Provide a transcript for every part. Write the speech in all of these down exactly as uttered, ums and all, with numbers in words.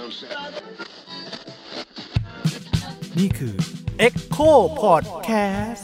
นี่คือ Echo Podcast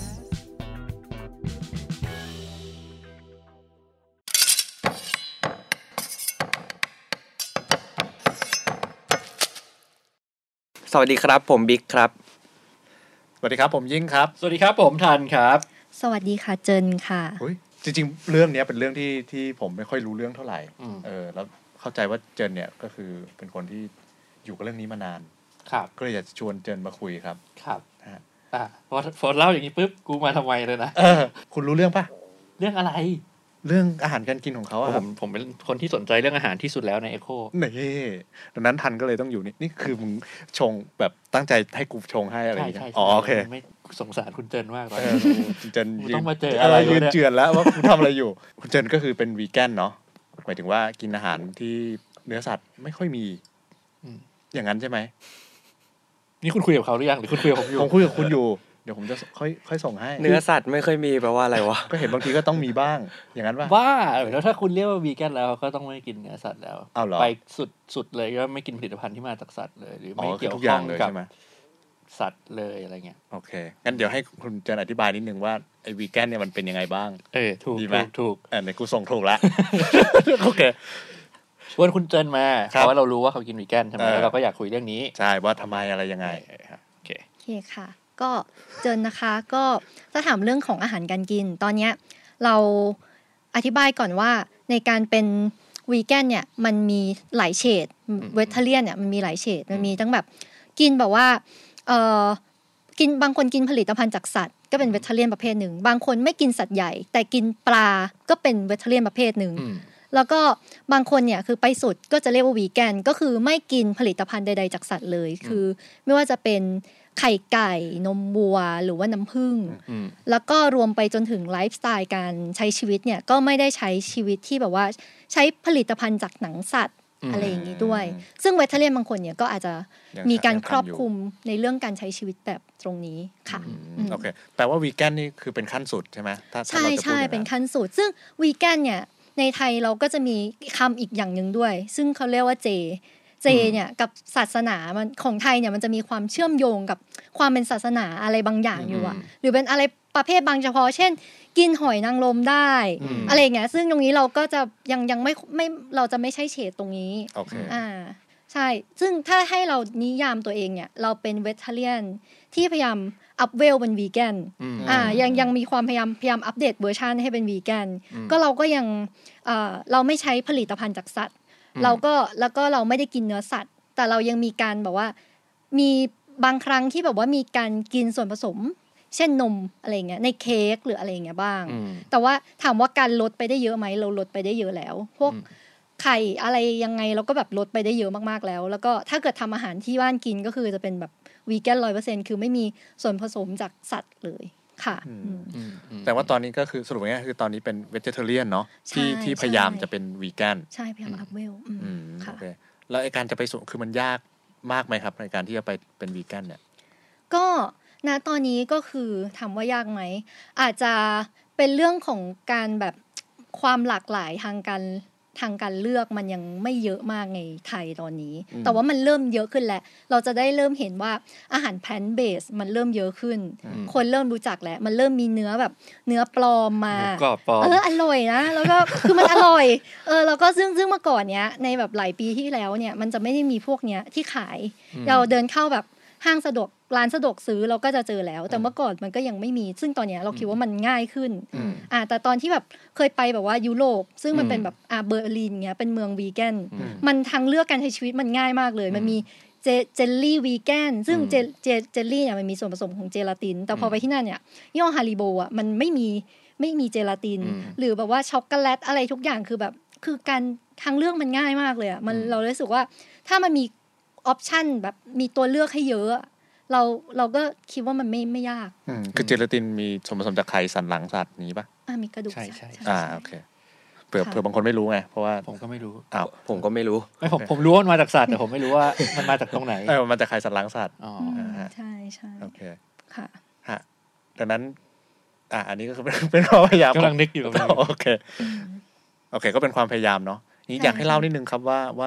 สวัสดีครับผมบิ๊กครับสวัสดีครับผมยิ่งครับสวัสดีครับผมทันครับสวัสดีค่ะเจนค่ะจริงๆเรื่องนี้เป็นเรื่องที่ที่ผมไม่ค่อยรู้เรื่องเท่าไหร่เออแล้วเข้าใจว่าเจนเนี่ยก็คือเป็นคนที่อยู่กับเรื่องนี้มานานครับก็เลยอยากจะชวนเจนมาคุยครับครับอ่าพอพอเล่าอย่างนี้ปุ๊บกูมาทำไมเลยนะเออคุณรู้เรื่องปะเรื่องอะไรเรื่องอาหารการกินของเขาอะผมผมเป็นคนที่สนใจเรื่องอาหารที่สุดแล้วใน Echo นี่ดังนั้นทันก็เลยต้องอยู่นี่นี่คือมึงชงแบบตั้งใจให้กูชงให้อะไรอย่างเงี้ยอ๋อโอเคไม่สงสารคุณเจนมากตอนนี้คุณเจนต้องมาเจออะไรยืนเจือนแล้วว่าคุณทำอะไรอยู่คุณเจนก็คือเป็นวีแกนเนาะหมายถึงว่ากินอาหารที่เนื้อสัตว์ไม่ค่อยมีอย่างนั้นใช่ไหมนี่คุณคุยกับเขาหรือยังหรือคุณคุยกับผมอยู่ผมคุยกับคุณอยู่เดี๋ยวผมจะค่อยค่อยส่งให้เนื้อสัตว์ไม่ค่อยมีแปลว่าอะไรวะก็เห็นบางทีก็ต้องมีบ้างอย่างนั้นป่ะว่าแล้วถ้าคุณเรียกว่าวีแกนแล้วก็ต้องไม่กินเนื้อสัตว์แล้วไปสุดสุดเลยก็ไม่กินผลิตภัณฑ์ที่มาจากสัตว์เลยหรือไม่เกี่ยวข้องกับสัตว์เลยอะไรเงี้ยโอเคงั้นเดี๋ยวให้คุณเจนอธิบายนิดนึงว่าไอ้วีแกนเนี่ยมันเป็นยังไงบ้างเออถูกถูกเออในกูส่งถูกแล้วโอเคชวนคุณเจนมาเพราะว่าเรารู้ว่าเขากินวีแกนใช่ไหมแล้วเราก็อยากคุยเรื่องนี้ใช่ว่าทำไมอะไรยังไงโอเคโอเคค่ะก็เจนนะคะก็ถ้าถามเรื่องของอาหารการกินตอนนี้เราอธิบายก่อนว่าในการเป็นวีแกนเนี่ยมันมีหลายเฉดเวจเทเรียนเนี่ยมันมีหลายเฉดมันมีทั้งแบบกินแบบว่าเอ่อกินบางคนกินผลิตภัณฑ์จากสัตว์ก็เป็นเวจเทเรียนประเภทหนึ่งบางคนไม่กินสัตว์ใหญ่แต่กินปลาก็เป็นเวจเทเรียนประเภทหนึ่งแล้วก็บางคนเนี่ยคือไปสุดก็จะเรียกว่าวีแกนก็คือไม่กินผลิตภัณฑ์ใดๆจากสัตว์เลยคือไม่ว่าจะเป็นไข่ไก่นมวัวหรือว่าน้ำผึ้งแล้วก็รวมไปจนถึงไลฟ์สไตล์การใช้ชีวิตเนี่ยก็ไม่ได้ใช้ชีวิตที่แบบว่าใช้ผลิตภัณฑ์จากหนังสัตว์อะไรอย่างนี้ด้วยซึ่งเวทเทเรียนบางคนเนี่ยก็อาจจะมีการครอบคลุมในเรื่องการใช้ชีวิตแบบตรงนี้ค่ะโอเคแปลว่าวีแกนนี่คือเป็นขั้นสุดใช่ไหมถ้าใช่ใช่เป็นขั้นสุดซึ่งวีแกนเนี่ยในไทยเราก็จะมีคำอีกอย่างหนึ่งด้วยซึ่งเขาเรียกว่าเจเจเนี่ยกับศาสนามันของไทยเนี่ยมันจะมีความเชื่อมโยงกับความเป็นศาสนาอะไรบางอย่างอยู่อ่ะหรือเป็นอะไรประเภทบางเฉพาะเช่นกินหอยนางรมได้อะไรอย่างเงี้ยซึ่งตรงนี้เราก็จะยังยังไม่ไม่เราจะไม่ใช่เฉดตรงนี้โอเคอ่าใช่ซึ่งถ้าให้เรานิยามตัวเองเนี่ยเราเป็นเวจเทเรียนที่พยายามอัพเวลเป็นวีแกนอ่ายังยังมีความพยายามพยายามอัปเดตเวอร์ชันให้เป็นวีแกนก็เราก็ยังเอ่อเราไม่ใช้ผลิตภัณฑ์จากสัตว์เราก็แล้วก็เราไม่ได้กินเนื้อสัตว์แต่เรายังมีการแบบว่ามีบางครั้งที่แบบว่ามีการกินส่วนผสมเช่นนมอะไรเงี้ยในเค้กหรืออะไรเงี้ยบ้างแต่ว่าถามว่าการลดไปได้เยอะไหมเราลดไปได้เยอะแล้วพวกไข่อะไรยังไงเราก็แบบลดไปได้เยอะมากๆแล้วแล้วก็ถ้าเกิดทำอาหารที่บ้านกินก็คือจะเป็นแบบวีแกน ร้อยเปอร์เซ็นต์ คือไม่มีส่วนผสมจากสัตว์เลยค่ะแต่ว่าตอนนี้ก็คือสรุปง่ายๆคือตอนนี้เป็นเวจเทเรียนเนาะที่ที่พยายามจะเป็นวีแกนใช่พยายามอัพเวลค่ะโอเคแล้วไอ้การจะไปสู่คือมันยากมากไหมครับในการที่จะไปเป็นวีแกนเนี่ยก็ณตอนนี้ก็คือถามว่ายากไหมอาจจะเป็นเรื่องของการแบบความหลากหลายทางการทางการเลือกมันยังไม่เยอะมากในไทยตอนนี้แต่ว่ามันเริ่มเยอะขึ้นแล้วเราจะได้เริ่มเห็นว่าอาหารแพลนท์เบสมันเริ่มเยอะขึ้นคนเริ่มรู้จักแล้วมันเริ่มมีเนื้อแบบเนื้อปลอมมาเอออร่อยนะแล้วก็คือมันอร่อยเออแล้วก็ซึ่งซึ่งเมื่อก่อนเนี้ยในแบบหลายปีที่แล้วเนี่ยมันจะไม่ได้มีพวกเนี้ยที่ขายเราเดินเข้าแบบห้างสะดวกร้านสะดวกซื้อเราก็จะเจอแล้วแต่เมื่อก่อนมันก็ยังไม่มีซึ่งตอนนี้เราคิดว่ามันง่ายขึ้นอ่าแต่ตอนที่แบบเคยไปแบบว่ายุโรปซึ่งมันเป็นแบบอ่าเบอร์ลินเงี้ยเป็นเมืองวีแกนมันทางเลือกการใช้ชีวิตมันง่ายมากเลยมันมีเจเจลลี่วีแกนซึ่งเจเจเจลลี่เนี่ยมันมีส่วนผสมของเจลาตินแต่พอไปที่นั่นเนี่ยยี่ห้อฮาริโบอ่ะมันไม่มีไม่มีเจลาตินหรือแบบว่าช็อกโกแลตอะไรทุกอย่างคือแบบคือการทางเลือกมันง่ายมากเลยอ่ะมันเรารู้สึกว่าถ้ามันมีออปชั่นแบบมีตัวเลือกให้เยอะเราเราก็คิดว่ามันไม่ไม่ยากอืมคือเจลาตินมีส่วนผสมจากไข่สันหลังสัตว์นี้ป่ะอ่ามีกระดูกใช่ใช่อ่าโอเคเผื่อเผื่อบางคนไม่รู้ไงเพราะว่าผมก็ไม่รู้อ้าวผมก็ไม่รู้ไม่ผมผมรู้ว่ามันมาจากสัตว์แต่ผมไม่รู้ว่ามันมาจากตรงไหนเออมันมาจากไข่สันหลังสัตว์อ๋อใช่ใช่โอเคค่ะฮะดังนั้นอ่าอันนี้ก็คือเป็นความพยายามกำลังนึกอยู่โอเคโอเคก็เป็นความพยายามเนาะนี่อยากให้เล่านิดนึงครับว่าว่า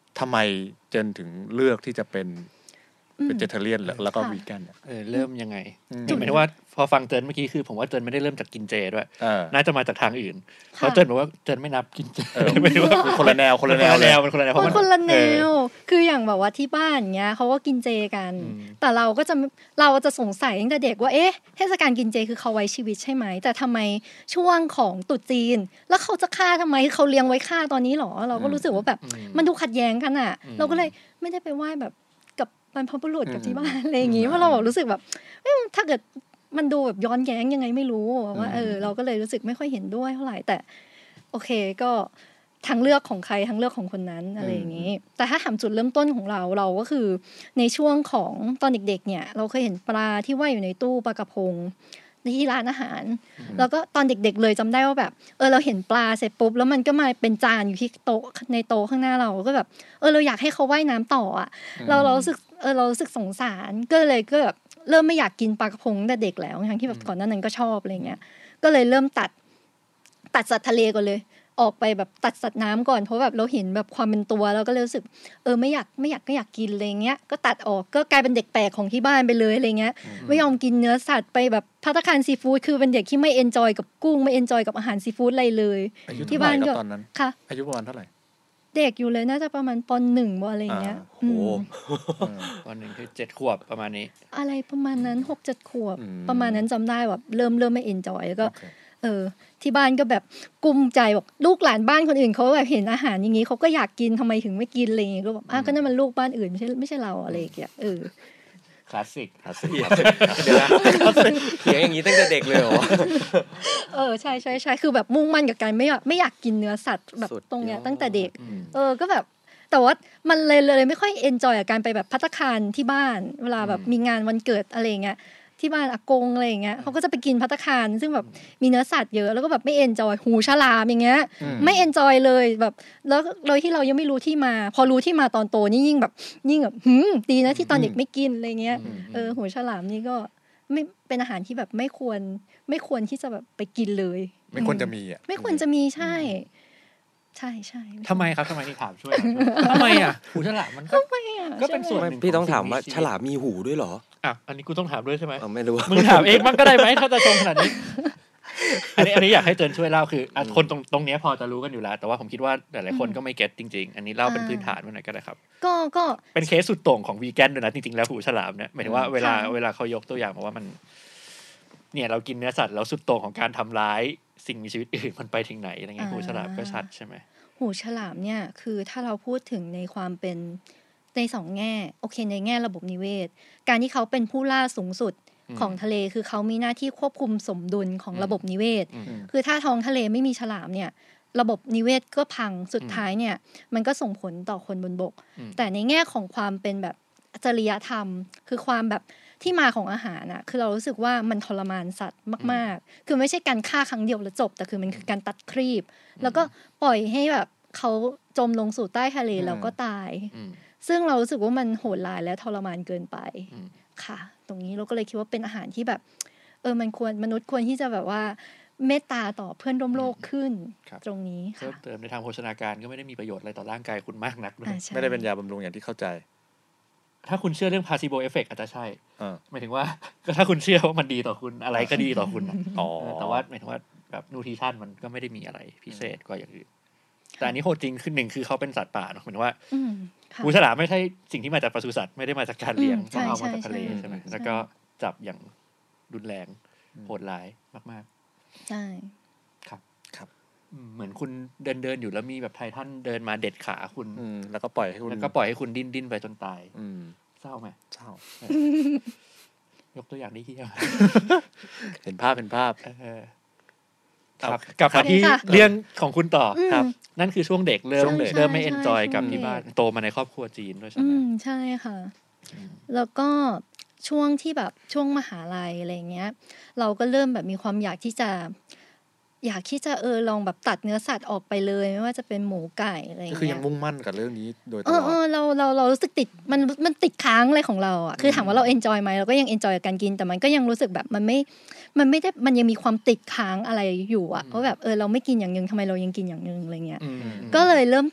ทำไมเจนถึงเลือกที่จะเป็นเป็นเจเทเรียนแล้วก็วีแกนเออเริ่มยังไงหมายถึงว่าพอฟังเจนเมื่อกี้คือผมว่าเจนไม่ได้เริ่มจากกินเจด้วยน่าจะมาจากทางอื่นเพราะเจนบอกว่าเจนไม่นับกินเจไม่รู้ว่าคนละแนวคนละแนวแนวมันคนละแนวคนละแนวคืออย่างแบบว่าที่บ้านเงี้ยเขาก็กินเจกันแต่เราก็จะเราจะสงสัยตั้งแต่เด็กว่าเอ๊ะเทศกาลกินเจคือเขาไว้ชีวิตใช่ไหมแต่ทำไมช่วงของตรุษจีนแล้วเขาจะฆ่าทำไมเขาเลี้ยงไว้ฆ่าตอนนี้หรอเราก็รู้สึกว่าแบบมันดูขัดแย้งกันอ่ะเราก็เลยไม่ได้ไปไหว้แบบบรรพบุรุษกับที่บ้านอะไรอย่างงี้เพราะเรารู้สึกแบบถ้าเกิดมันดูแบบย้อนแย้งยังไงไม่รู้ว่าเออเราก็เลยรู้สึกไม่ค่อยเห็นด้วยเท่าไหร่แต่โอเคก็ทางเลือกของใครทางเลือกของคนนั้นอะไรอย่างงี้แต่ถ้าถามจุดเริ่มต้นของเราเราก็คือในช่วงของตอนเด็กๆเนี่ยเราเคยเห็นปลาที่ว่ายอยู่ในตู้ปลากระพงที่ร้านอาหารแล้วก็ตอนเด็กๆเลยจำได้ว่าแบบเออเราเห็นปลาเสร็จปุ๊บแล้วมันก็มาเป็นจานอยู่ที่โต๊ะในโต๊ะข้างหน้าเราก็แบบเออเราอยากให้เขาว่ายน้ำต่ออ่ะเราเรารู้สึกเออเรารู้สึกสงสารก็เลยก็แบบเริ่มไม่อยากกินปลากระพงแต่เด็กแล้วทั้งที่แบบก่อนหน้านั้นก็ชอบอะไรเงี้ยก็เลยเริ่มตัดตัดสัตว์ทะเลก่อนเลยออกไปแบบตัดสัตว์น้ำก่อนเพราะแบบเราเห็นแบบความเป็นตัวเราก็เลยรู้สึกเออไม่อยากไม่อยากก็อยากกินอะไรเงี้ยก็ตัดออกก็กลายเป็นเด็กแปลกของที่บ้านไปเลยอะไรเงี้ยไม่ยอมกินเนื้อสัตว์ไปแบบภัตตาคารซีฟู้ดคือเป็นเด็กที่ไม่เอนจอยกับกุ้งไม่เอนจอยกับอาหารซีฟู้ดอะไรเลยที่บ้านก็ตอนนั้นค่ะอายุประมาณเท่าไหร่เด็กอยู่เลยน่าจะประมาณป.หนึ่ง บ่อะไรเงี้ยโอ้ป.หนึ่งคือเจ็ดขวบประมาณนี้อะไรประมาณนั้น หกเจ็ด ขวบประมาณนั้นจำได้แบบเริ่มเริ่มไม่เอนจอยแล้วก็เออที่บ้านก็แบบกุ้มใจบอกลูกหลานบ้านคนอื่นเขาแบบเห็นอาหารอย่างงี้เขาก็อยากกินทำไมถึงไม่กินอะไรอย่างงี้ก็แบบอ้าวก็นั่นมันลูกบ้านอื่นไม่ใช่ไม่ใช่เราอะไรอย่างเงี้ยเออคลาสสิกคลาสสิกเดี๋ยวนะเถียงอย่างนี้ตั้งแต่เด็กเลยเหรอเออใช่ๆๆคือแบบมุ่งมั่นกับการไม่ไม่อยากกินเนื้อสัตว์แบบตรงเนี้ยตั้งแต่เด็กเออก็แบบแต่ว่ามันเลยเลยไม่ค่อยเอนจอยกับการไปแบบภัตตาคารที่บ้านเวลาแบบมีงานวันเกิดอะไรอย่างเงี้ยที่บ้านอากงอะไรอย่างเงี้ยเขาก็จะไปกินภัตตาคารซึ่งแบบมีเนื้อสัตว์เยอะแล้วก็แบบไม่เอนจอยหูฉลามอย่างเงี้ยไม่เอนจอยเลยแบบแล้วโดยที่เรายังไม่รู้ที่มาพอรู้ที่มาตอนโตนี่ยิ่งแบบยิ่งแบบหืมดีนะที่ตอนเด็กไม่กินอะไรเงี้ยเออหูฉลามนี่ก็ไม่เป็นอาหารที่แบบไม่ควรไม่ควรที่จะแบบไปกินเลยไม่ควรจะมีอ่ะไม่ควรจะมีใช่ใช่ใช่ทำไมครับทำไมนี่ถามช่วยทำไมอ่ะหูฉลามมันก็ก็เป็นส่วนหนึ่งพี่ต้องถามว่าฉลามมีหูด้วยเหรออ่ะอันนี้กูต้องถามด้วยใช่ไหมไม่รู้มึงถามเองมันก็ได้ไหมถ้าจะชงขนาดนี้อันนี้อันนี้อยากให้เจนช่วยเล่าคือคนตรงตรงนี้พอจะรู้กันอยู่แล้วแต่ว่าผมคิดว่าหลายๆคนก็ไม่เก็ตจริงๆอันนี้เล่าเป็นพื้นฐานมาหน่อยก็ได้ครับก็ก็เป็นเคสสุดโต่งของวีแกนด้วยนะจริงๆแล้วหูฉลามเนี่ยหมายถึงว่าเวลาเวลาเขายกตัวอย่างมาว่ามันเนี่ยเรากินเนื้อสัตว์แล้วสุดโต่งของการทำร้ายสิ่งมีชีวิตอื่นมันไปถึงไหนอะไรเงี้ยหูฉลามก็ชัดใช่ไหมหูฉลามเนี่ยคือถ้าเราพูดถึงในความเป็นในสองแง่โอเคในแง่ระบบนิเวศการที่เขาเป็นผู้ล่าสูงสุดของทะเลคือเขามีหน้าที่ควบคุมสมดุลของระบบนิเวศคือถ้าท้องทะเลไม่มีฉลามเนี่ยระบบนิเวศก็พังสุดท้ายเนี่ยมันก็ส่งผลต่อคนบนบกแต่ในแง่ของความเป็นแบบจริยธรรมคือความแบบที่มาของอาหารอะคือเรารู้สึกว่ามันทรมานสัตว์มากๆคือไม่ใช่การฆ่าครั้งเดียวแล้วจบแต่คือมันคือการตัดครีบแล้วก็ปล่อยให้แบบเขาจมลงสู่ใต้ทะเลแล้วก็ตายซึ่งเรารู้สึกว่ามันโหดร้ายและทรมานเกินไปค่ะตรงนี้เราก็เลยคิดว่าเป็นอาหารที่แบบเออมันควรมนุษย์ควรที่จะแบบว่าเมตตาต่อเพื่อนร่วมโลกขึ้นตรงนี้ค่ะเติมในทางโภชนาการก็ไม่ได้มีประโยชน์อะไรต่อร่างกายคุณมากนักด้วยไม่ได้เป็นยาบำรุงอย่างที่เข้าใจถ้าคุณเชื่อเรื่อง placebo effect อาจจะใช่หมายถึงว่าก็ถ้าคุณเชื่อว่ามันดีต่อคุณอะไรก็ดีต่อคุณอ๋อแต่ว่าหมายถึงว่าแบบนูทริชั่นมันก็ไม่ได้มีอะไรพิเศษกว่าอย่างอื่นแต่อันนี้โหดจริงคือหนึ่งคือเขาเป็นสัตว์ป่าเนาะหมายถึงว่าหูฉลามไม่ใช่สิ่งที่มาจากปศุสัตว์ไม่ได้มาจากการเลี้ยงต้องเอามาจากทะเลใช่ไหมแล้วก็จับอย่างรุนแรงโหดร้ายมากๆใช่ครับครับเหมือนคุณเดินเดินอยู่แล้วมีแบบไททันเดินมาเด็ดขาคุณแล้วก็ปล่อยให้คุณแล้วก็ปล่อยให้คุณดิ้นดิ้นไปจนตายเศร้าไหมเศร้ายกตัวอย่างนี้ที่เห็นภาพเห็นภาพกลับมาที่เรื่องของคุณต่อครับนั่นคือช่วงเด็กเริ่มเริ่มไม่เอนจอยกับที่บ้านโตมาในครอบครัวจีนด้วยใช่ไหมใช่ค่ะแล้วก็ช่วงที่แบบช่วงมหาลัยอะไรเงี้ยเราก็เริ่มแบบมีความอยากที่จะอยากที่จะเออลองแบบตัดเนื้อสัตว์ออกไปเลยไม่ว่าจะเป็นหมูไก่อะไรเงี้ยคือยังมุ่งมั่นกับเรื่องนี้โดยตลอดเออเราเราเรารู้สึกติดมันมันติดค้างอะไรของเราอ่ะคือถามว่าเราเอนจอยไหมเราก็ยังเอนจอยกับการกินแต่มันก็ยังรู้สึกแบบมันไม่มันไม่ได้มันยังมีความติดค้างอะไรอยู่อ่ะเพราะแบบเออเราไม่กินอย่างนึงทำไมเรายังกินอย่างนึงอะไรเงี้ยก็เลยเริ่มตัด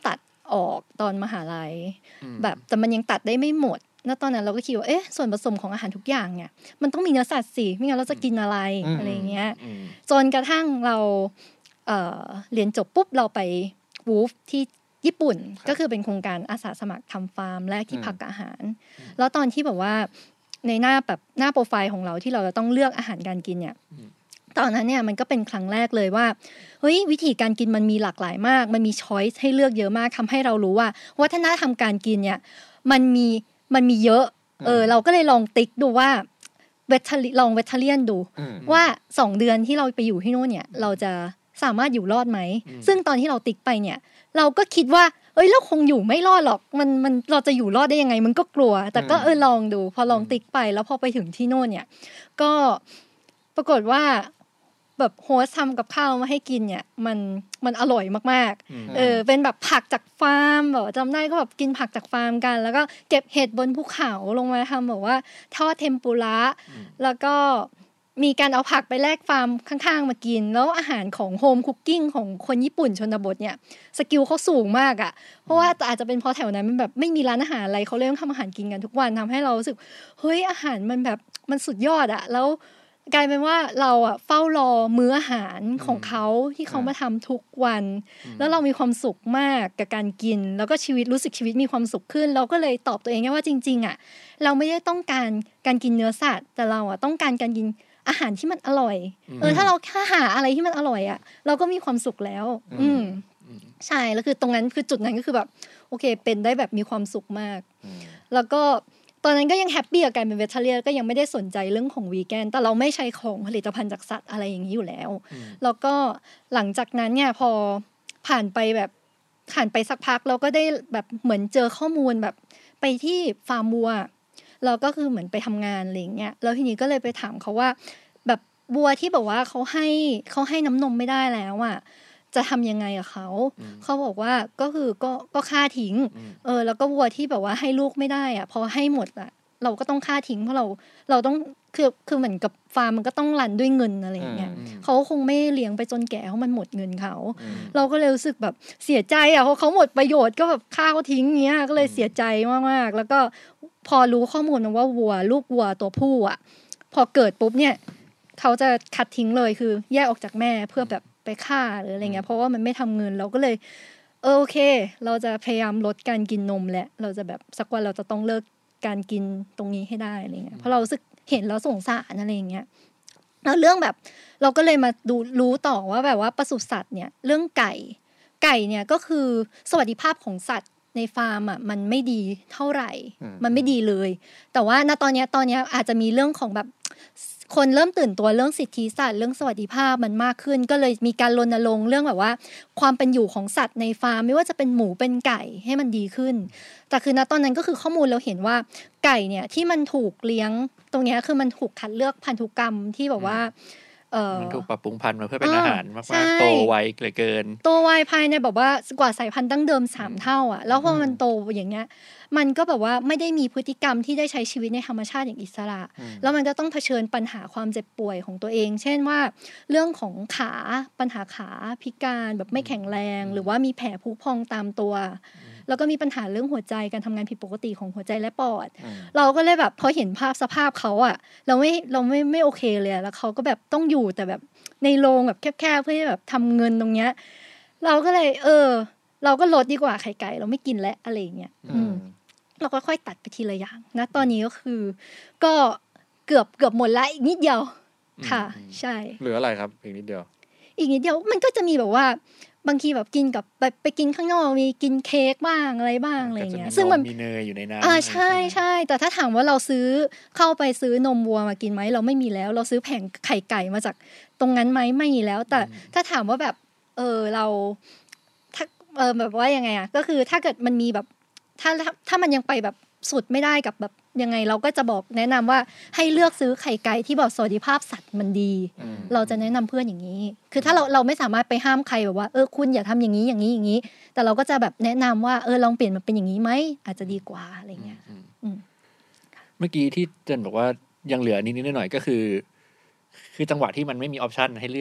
ออกตอนมหาลัยแบบแต่มันยังตัดได้ไม่หมดณตอนนั้นเราก็คิดว่าเอ๊ะส่วนผสมของอาหารทุกอย่างเนี่ยมันต้องมีเนื้อสัตว์สิไม่งั้นเราจะกินอะไรอะไรเงี้ยจนกระทั่งเราเอ่อเรียนจบปุ๊บเราไปวูฟที่ญี่ปุ่นก็คือเป็นโครงการอาสาสมัครทำฟาร์มแรกที่พักอาหารแล้วตอนที่แบบว่าในหน้าแบบหน้าโปรไฟล์ของเราที่เราจะต้องเลือกอาหารการกินเนี่ยตอนนั้นเนี่ยมันก็เป็นครั้งแรกเลยว่าเฮ้ยวิธีการกินมันมีหลากหลายมากมันมีช้อยส์ให้เลือกเยอะมากทำให้เรารู้ว่าวัฒนธรรมการกินเนี่ยมันมีมันมีเยอะเออเราก็เลยลองติ๊กดูว่าเวทลองเวทเลียนดูว่าสองเดือนที่เราไปอยู่ที่โน่นเนี่ยเราจะสามารถอยู่รอดไหมซึ่งตอนที่เราติ๊กไปเนี่ยเราก็คิดว่าเอ้ยเราคงอยู่ไม่รอดหรอกมันมันเราจะอยู่รอดได้ยังไงมันก็กลัวแต่ก็เออลองดูพอลองติ๊กไปแล้วพอไปถึงที่โน่นเนี่ยก็ปรากฏว่าแบบโฮสทำกับข้าวมาให้กินเนี่ยมันมันอร่อยมากๆเออเป็นแบบผักจากฟาร์มแบบจำได้ก็แบบกินผักจากฟาร์มกันแล้วก็เก็บเห็ดบนภูเขาลงมาทำแบบว่าทอดเทมปุระแล้วก็มีการเอาผักไปแลกฟาร์มข้างๆมากินแล้วอาหารของโฮมคุกกิ้งของคนญี่ปุ่นชนบทเนี่ยสกิลเขาสูงมากอ่ะเพราะว่าอาจจะเป็นเพราะแถวนั้นมันแบบไม่มีร้านอาหารอะไรเขาเลยต้องทำอาหารกินกันทุกวันทำให้เรารู้สึกเฮ้ยอาหารมันแบบมันสุดยอดอ่ะแล้วกลายเป็นว่าเราอ่ะเฝ้ารอมื้ออาหารของเขาที่เขามาทำทุกวันแล้วเรามีความสุขมากกับการกินแล้วก็ชีวิตรู้สึกชีวิตมีความสุขขึ้นเราก็เลยตอบตัวเองว่าจริงๆอ่ะเราไม่ได้ต้องการการกินเนื้อสัตว์แต่เราอ่ะต้องการการกินอาหารที่มันอร่อยเออถ้าเราแค่หาอะไรที่มันอร่อยอ่ะเราก็มีความสุขแล้วอืมใช่แล้วคือตรงนั้นคือจุดนั้นก็คือแบบโอเคเป็นได้แบบมีความสุขมากแล้วก็ตอนนั้นก็ยังแฮปปี้กับการเป็นเวจเทเรียนก็ยังไม่ได้สนใจเรื่องของวีแกนแต่เราไม่ใช้ของผลิตภัณฑ์จากสัตว์อะไรอย่างนี้อยู่แล้วแล้วก็หลังจากนั้นเนี่ยพอผ่านไปแบบผ่านไปสักพักเราก็ได้แบบเหมือนเจอข้อมูลแบบไปที่ฟาร์มวัวเราก็คือเหมือนไปทำงานอะไรเงี้ยแล้วทีนี้ก็เลยไปถามเขาว่าแบบวัวที่แบบว่าเขาให้เขาให้น้ำนมไม่ได้แล้วอ่ะจะทำยังไงกับเขาเขาบอกว่าก็คือก็ก็ฆ่าทิ้งเออแล้วก็วัวที่แบบว่าให้ลูกไม่ได้อ่ะพอให้หมดอ่ะเราก็ต้องฆ่าทิ้งเพราะเราเราต้องคือคือเหมือนกับฟาร์มมันก็ต้องรันด้วยเงินอะไรอย่างเงี้ยเขาคงไม่เลี้ยงไปจนแก่เพราะมันหมดเงินเขาเราก็เลยรู้สึกแบบเสียใจอ่ะเพราะเขาหมดประโยชน์ก็แบบฆ่าเขาทิ้งเงี้ยก็เลยเสียใจมากๆแล้วก็พอรู้ข้อมูลว่าวัวลูกวัวตัวผู้อ่ะพอเกิดปุ๊บเนี่ยเขาจะคัดทิ้งเลยคือแยกออกจากแม่เพื่อแบบไปฆ่าหรืออะไรเงี้ยเพราะว่ามันไม่ทำเงินเราก็เลยเออโอเคเราจะพยายามลดการกินนมแหละเราจะแบบสักวันเราจะต้องเลิกการกินตรงนี้ให้ได้อะไรเงี้ยเพราะเรารู้สึกเห็นแล้วสงสารอะไรเงี้ยแล้วเรื่องแบบเราก็เลยมาดูรู้ต่อว่าแบบว่าปศุสัตว์เนี่ยเรื่องไก่ไก่เนี่ยก็คือสวัสดิภาพของสัตว์ในฟาร์มอ่ะมันไม่ดีเท่าไหร่มันไม่ดีเลยแต่ว่าณตอนนี้ตอนนี้อาจจะมีเรื่องของแบบคนเริ่มตื่นตัวเรื่องสิทธิสัตว์เรื่องสวัสดิภาพมันมากขึ้นก็เลยมีการรณรงค์เรื่องแบบว่าความเป็นอยู่ของสัตว์ในฟาร์มไม่ว่าจะเป็นหมูเป็นไก่ให้มันดีขึ้นแต่คือณตอนนั้นก็คือข้อมูลเราเห็นว่าไก่เนี่ยที่มันถูกเลี้ยงตรงนี้คือมันถูกคัดเลือกพันธุกรรมที่แบบว่ามันถูกปรับปรุงพันธุ์มาเพื่อเป็นอาหารมากๆโตไวเหลือเกินโตไวภายในแบบว่ากว่าสายพันธุ์ดั้งเดิมสามเท่าอ่ะแล้วพอมันโตอย่างเงี้ยมันก็แบบว่าไม่ได้มีพฤติกรรมที่ได้ใช้ชีวิตในธรรมชาติอย่างอิสระแล้วมันก็ต้องเผชิญปัญหาความเจ็บป่วยของตัวเองเช่นว่าเรื่องของขาปัญหาขาพิการแบบไม่แข็งแรงหรือว่ามีแผลผุพองตามตัวแล้วก็มีปัญหาเรื่องหัวใจการทำงานผิดปกติของหัวใจและปอดเราก็เลยแบบพอเห็นภาพสภาพเขาอ่ะเราไม่เราไม่ไม่โอเคเลยแล้วเขาก็แบบต้องอยู่แต่แบบในโรงแบบแคบๆเพื่อแบบทำเงินตรงเนี้ยเราก็เลยเออเราก็ลดดีกว่าไข่ไก่เราไม่กินแล้วอะไรอย่างเงี้ยเราก็ค่อยตัดไปทีละอย่างนะตอนนี้ก็คือก็เกือบเกือบหมดละอีกนิดเดียวค่ะใช่เหลืออะไรครับอีกนิดเดียวอีกนิดเดียวมันก็จะมีแบบว่าบางทีแบบกินกับไปไปกินข้างนอกมีกินเค้กบ้างอะไรบ้างอะไรเงี้ยซึ่งมันมีเนยอยู่ในนั้นอ่าใช่ใช่แต่ถ้าถามว่าเราซื้อเข้าไปซื้อนมวัวมากินไหมเราไม่มีแล้วเราซื้อแผงไข่ไก่มาจากตรงนั้นไหมไม่มีแล้วแต่ถ้าถามว่าแบบเออเราถ้าเออแบบว่ายังไงอ่ะก็คือถ้าเกิดมันมีแบบถ้าถ้ามันยังไปแบบสุดไม่ได้กับแบบยังไงเราก็จะบอกแนะนำว่าให้เลือกซื้อไข่ไก่ที่บอกสวัสดิภาพสัตว์มันดีเราจะแนะนำเพื่อนอย่างนี้คือถ้าเราเราไม่สามารถไปห้ามใครแบบว่าเออคุณอย่าทำอย่างนี้อย่างนี้อย่างนี้แต่เราก็จะแบบแนะนำว่าเออลองเปลี่ยนมาเป็นอย่างนี้ไหมอาจจะดีกว่าอะไรเงี้ยเมื่อกี้ที่เจนบอกว่ายังเหลือนิดๆหน่อยๆก็คือคือจังหวะที่มันไม่มีออปชันให้เลือก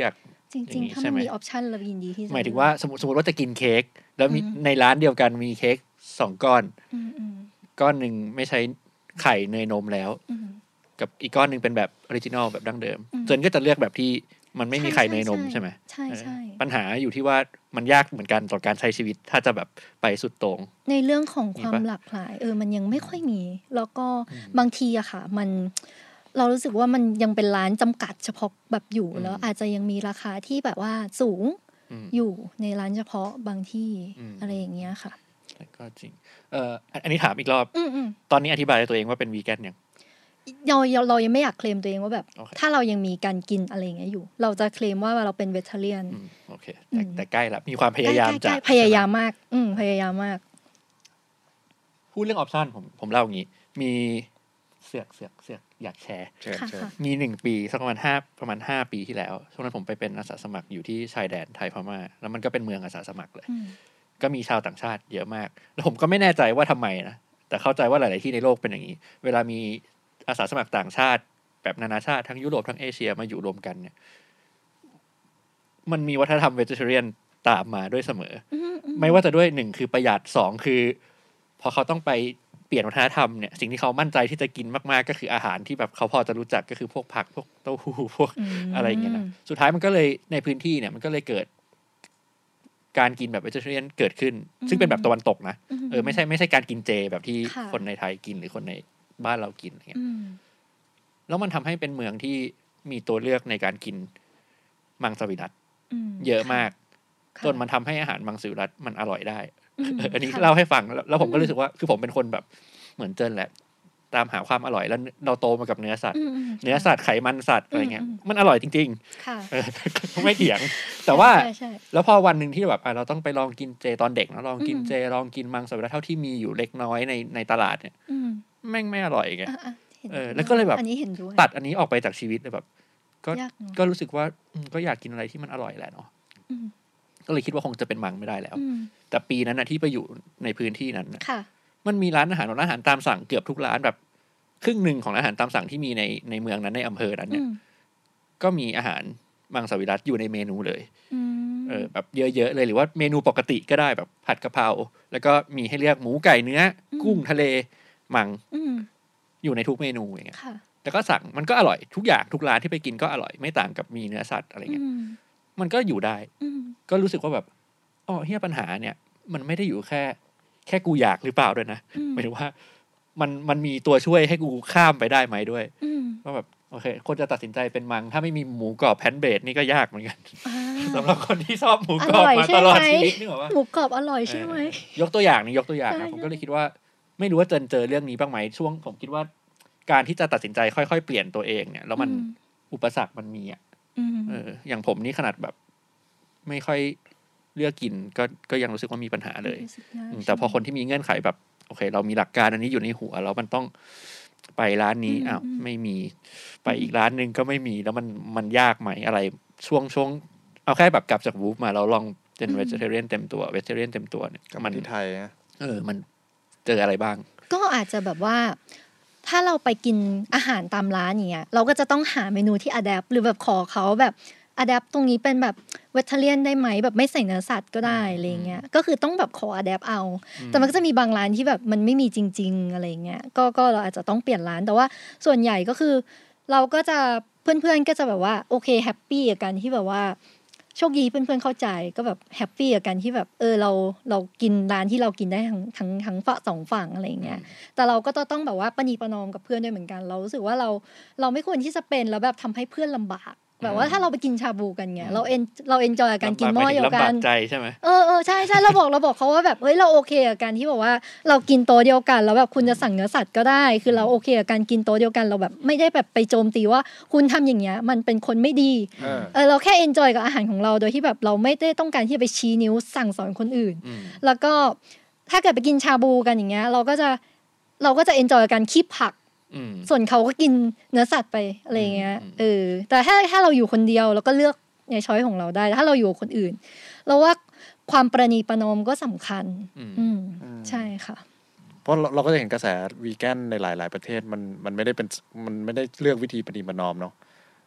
จริงๆถ้ามันมีออปชันเรายินดีที่จะหมายถึงว่าสมมติสมมติว่าจะกินเค้กแล้วมีในร้านเดียวกันมีเค้กสองก้อนก้อนหนึ่งไม่ใช้ไข่เนยนมแล้วกับอีกก้อนหนึ่งเป็นแบบออริจินอลแบบดั้งเดิมเจนก็จะเลือกแบบที่มันไม่มีไข่เนยนมใช่ไหมใช่ใช่ปัญหาอยู่ที่ว่ามันยากเหมือนกันต่อการใช้ชีวิตถ้าจะแบบไปสุดโต่งในเรื่องของความหลากหลายเออมันยังไม่ค่อยมีแล้วก็บางทีอะค่ะมันเรารู้สึกว่ามันยังเป็นร้านจำกัดเฉพาะแบบอยู่แล้วอาจจะยังมีราคาที่แบบว่าสูงอยู่ในร้านเฉพาะบางที่อะไรอย่างเงี้ยค่ะก็จริงเอ่ออันนี้ถามอีกรอบตอนนี้อธิบายตัวเองว่าเป็นวีแกนยังเราเรายังไม่อยากเคลมตัวเองว่าแบบ okay. ถ้าเรายังมีการกินอะไรอย่างเงี้ยอยู่เราจะเคลมว่าเราเป็นเวจเทเรียนโอเคแต่แต่ใกล้ละมีความพยายามจะพยายามมากอืมพยายามมากพูดเรื่องออปชั่นผมผมเล่าอย่างงี้มีเสือกเสือกเสือกอยากแชร์มีหนึ่งปีสักประมาณห้าประมาณห้าปีที่แล้วช่วงนั้นผมไปเป็นอาสาสมัครอยู่ที่ชายแดนไทยพม่าแล้วมันก็เป็นเมืองอาสาสมัครเลยก็มีชาวต่างชาติเยอะมากแล้วผมก็ไม่แน่ใจว่าทำไมนะแต่เข้าใจว่าหลายๆที่ในโลกเป็นอย่างนี้เวลามีอาสาสมัครต่างชาติแบบนานาชาติทั้งยุโรปทั้งเอเชียมาอยู่รวมกันเนี่ยมันมีวัฒนธรรมเวจิเทเรียนตามมาด้วยเสมอไม่ว่าจะด้วยหนึ่งคือประหยัดสองคือพอเขาต้องไปเปลี่ยนวัฒนธรรมเนี่ยสิ่งที่เขามั่นใจที่จะกินมากๆก็คืออาหารที่แบบเขาพอจะรู้จักก็คือพวกผักพวกเต้าหู้พวกอะไรอย่างเงี้ยนะสุดท้ายมันก็เลยในพื้นที่เนี่ยมันก็เลยเกิดการกินแบบเวจิเทเรียนเกิดขึ้นซึ่งเป็นแบบตะวันตกนะเออไม่ใช่ไม่ใช่การกินเจแบบที่คนในไทยกินหรือคนในบ้านเรากินอะไรเงี้ยแล้วมันทำให้เป็นเมืองที่มีตัวเลือกในการกินมังสวิรัติเยอะมากจนมันทำให้อาหารมังสวิรัติมันอร่อยได้อันนี้เล่าให้ฟังแล้วผมก็รู้สึกว่าคือผมเป็นคนแบบเหมือนเจนแหละตามหาความอร่อยแล้วเราโตมากับเนื้อสัตว์เนื้อสัตว์ไขมันสัตว์อะไรเงี้ยมันอร่อยจริงๆไม่เถียงแต่ว่าแล้วพอวันหนึ่งที่แบบเราต้องไปลองกินเจตอนเด็กนะลองกินเจลองกินมังสวิรัติเท่าที่มีอยู่เล็กน้อยในในตลาดเนี่ยแม่งไม่อร่อยไงเออแล้วก็เลยแบบตัดอันนี้ออกไปจากชีวิตเลยแบบก็ก็รู้สึกว่าก็อยากกินอะไรที่มันอร่อยแหละเนาะก็เลยคิดว่าคงจะเป็นมังไม่ได้แล้วแต่ปีนั้นนะที่ไปอยู่ในพื้นที่นั้นมันมีร้านอาหารร้านอาหารตามสั่งเกือบทุกร้านแบบครึ่งหนึ่งของอาหารตามสั่งที่มีในในเมืองนั้นในอำเภอนั้นเนี่ยก็มีอาหารมังสวิรัติอยู่ในเมนูเลยเออแบบเยอะๆเลยหรือว่าเมนูปกติก็ได้แบบผัดกะเพราแล้วก็มีให้เลือกหมูไก่เนื้อกุ้งทะเลมังอยู่ในทุกเมนูอย่างเงี้ยแต่ก็สั่งมันก็อร่อยทุกอย่างทุกร้านที่ไปกินก็อร่อยไม่ต่างกับมีเนื้อสัตว์อะไรเงี้ยมันก็อยู่ได้ก็รู้สึกว่าแบบอ๋อเฮียปัญหาเนี่ยมันไม่ได้อยู่แค่แค่กูอยากหรือเปล่าด้วยนะหมายถึงว่ามันมันมีตัวช่วยให้กูข้ามไปได้ไหมด้วยว่าแบบโอเคคนจะตัดสินใจเป็นมังถ้าไม่มีหมูกรอบแพนเบดนี่ก็ยากเหมือนกันสำหรับคนที่ชอบหมูกรอบมาตลอดชีวิตนี่หรอว่าหมูกรอบอร่อยใช่ไหมยกตัวอย่างนี่ยกตัวอย่างนะผมก็เลยคิดว่าไม่รู้ว่าเจอเจอเรื่องนี้บ้างไหมช่วงผมคิดว่าการที่จะตัดสินใจค่อยๆเปลี่ยนตัวเองเนี่ยแล้วมันอุปสรรคมันมีอ่ะเอออย่างผมนี่ขนาดแบบไม่ค่อยเลือกกินก็ก็ยังรู้สึกว่ามีปัญหาเลยแต่พอคนที่มีเงื่อนไขแบบโอเคเรามีหลักการอันนี้อยู่ในหัวแล้วมันต้องไปร้านนี้อ้าวไม่มีไปอีกร้านนึงก็ไม่มีแล้วมันมันยากไหมอะไรช่วงช่วงเอาแค่แบบกลับจากวูฟมาเราลองเป็นเวจิเทเรียนเต็มตัวเวจิเทเรียนเต็มตัวเนี่ยมันที่ไทยนะเออมันเจออะไรบ้างก็อาจจะแบบว่าถ้าเราไปกินอาหารตามร้านอย่างเงี้ยเราก็จะต้องหาเมนูที่อะแดปหรือแบบขอเขาแบบอะแดปตรงนี้เป็นแบบเวจเทเรียนได้ไหมแบบไม่ใส่เนื้อสัตว์ก็ได้อะไรเงี้ยก็คือต้องแบบขออะแดปเอาแต่มันก็จะมีบางร้านที่แบบมันไม่มีจริงๆอะไรเงี้ยก็ก็เราอาจจะต้องเปลี่ยนร้านแต่ว่าส่วนใหญ่ก็คือเราก็จะเพื่อนๆก็จะแบบว่าโอเคแฮปปี้กับการที่แบบว่าโชคดีเพื่อนๆเข้าใจก็แบบแฮปปี้กับการที่แบบเออเราเรากินร้านที่เรากินได้ทั้งทั้งทั้งฝั่งสองฝั่งอะไรเงี้ยแต่เราก็ต้องแบบว่าประนีประนอมกับเพื่อนด้วยเหมือนกันเรารู้สึกว่าเราเราไม่ควรที่จะเป็นแล้วแบบทำให้เพื่อนลำบากแบบว่าถ้าเราไปกินชาบูกันเงี้ยเราเอนเราเอนจอยกับการกินหม้อเดียวกันลำบากใจใช่ไหมเออเออใช่ใช่เราบอกเราบอกเขาว่าแบบเฮ้ยเราโอเคกับการที่บอกว่าเรากินโต๊ะเดียวกันแล้วแบบคุณจะสั่งเนื้อสัตว์ก็ได้คือเราโอเคกับการกินโต๊ะเดียวกันเราแบบไม่ได้แบบไปโจมตีว่าคุณทำอย่างเงี้ยมันเป็นคนไม่ดีเออเราแค่เอนจอยกับอาหารของเราโดยที่แบบเราไม่ได้ต้องการที่จะไปชี้นิ้วสั่งสอนคนอื่นแล้วก็ถ้าเกิดไปกินชาบูกันอย่างเงี้ยเราก็จะเราก็จะเอนจอยกับการคีบผักส่วนเขาก็กินเนื้อสัตว์ไปอะไรเงี้ยเออแต่ถ้าถ้าเราอยู่คนเดียวเราก็เลือกในช้อยของเราได้ถ้าเราอยู่กับคนอื่นเราว่าความประนีประนอมก็สำคัญอืมใช่ค่ะเพราะเราก็จะเห็นกระแสวีแกนในหลายๆประเทศมันมันไม่ได้เป็นมันไม่ได้เลือกวิธีประนีประนอมเนาะ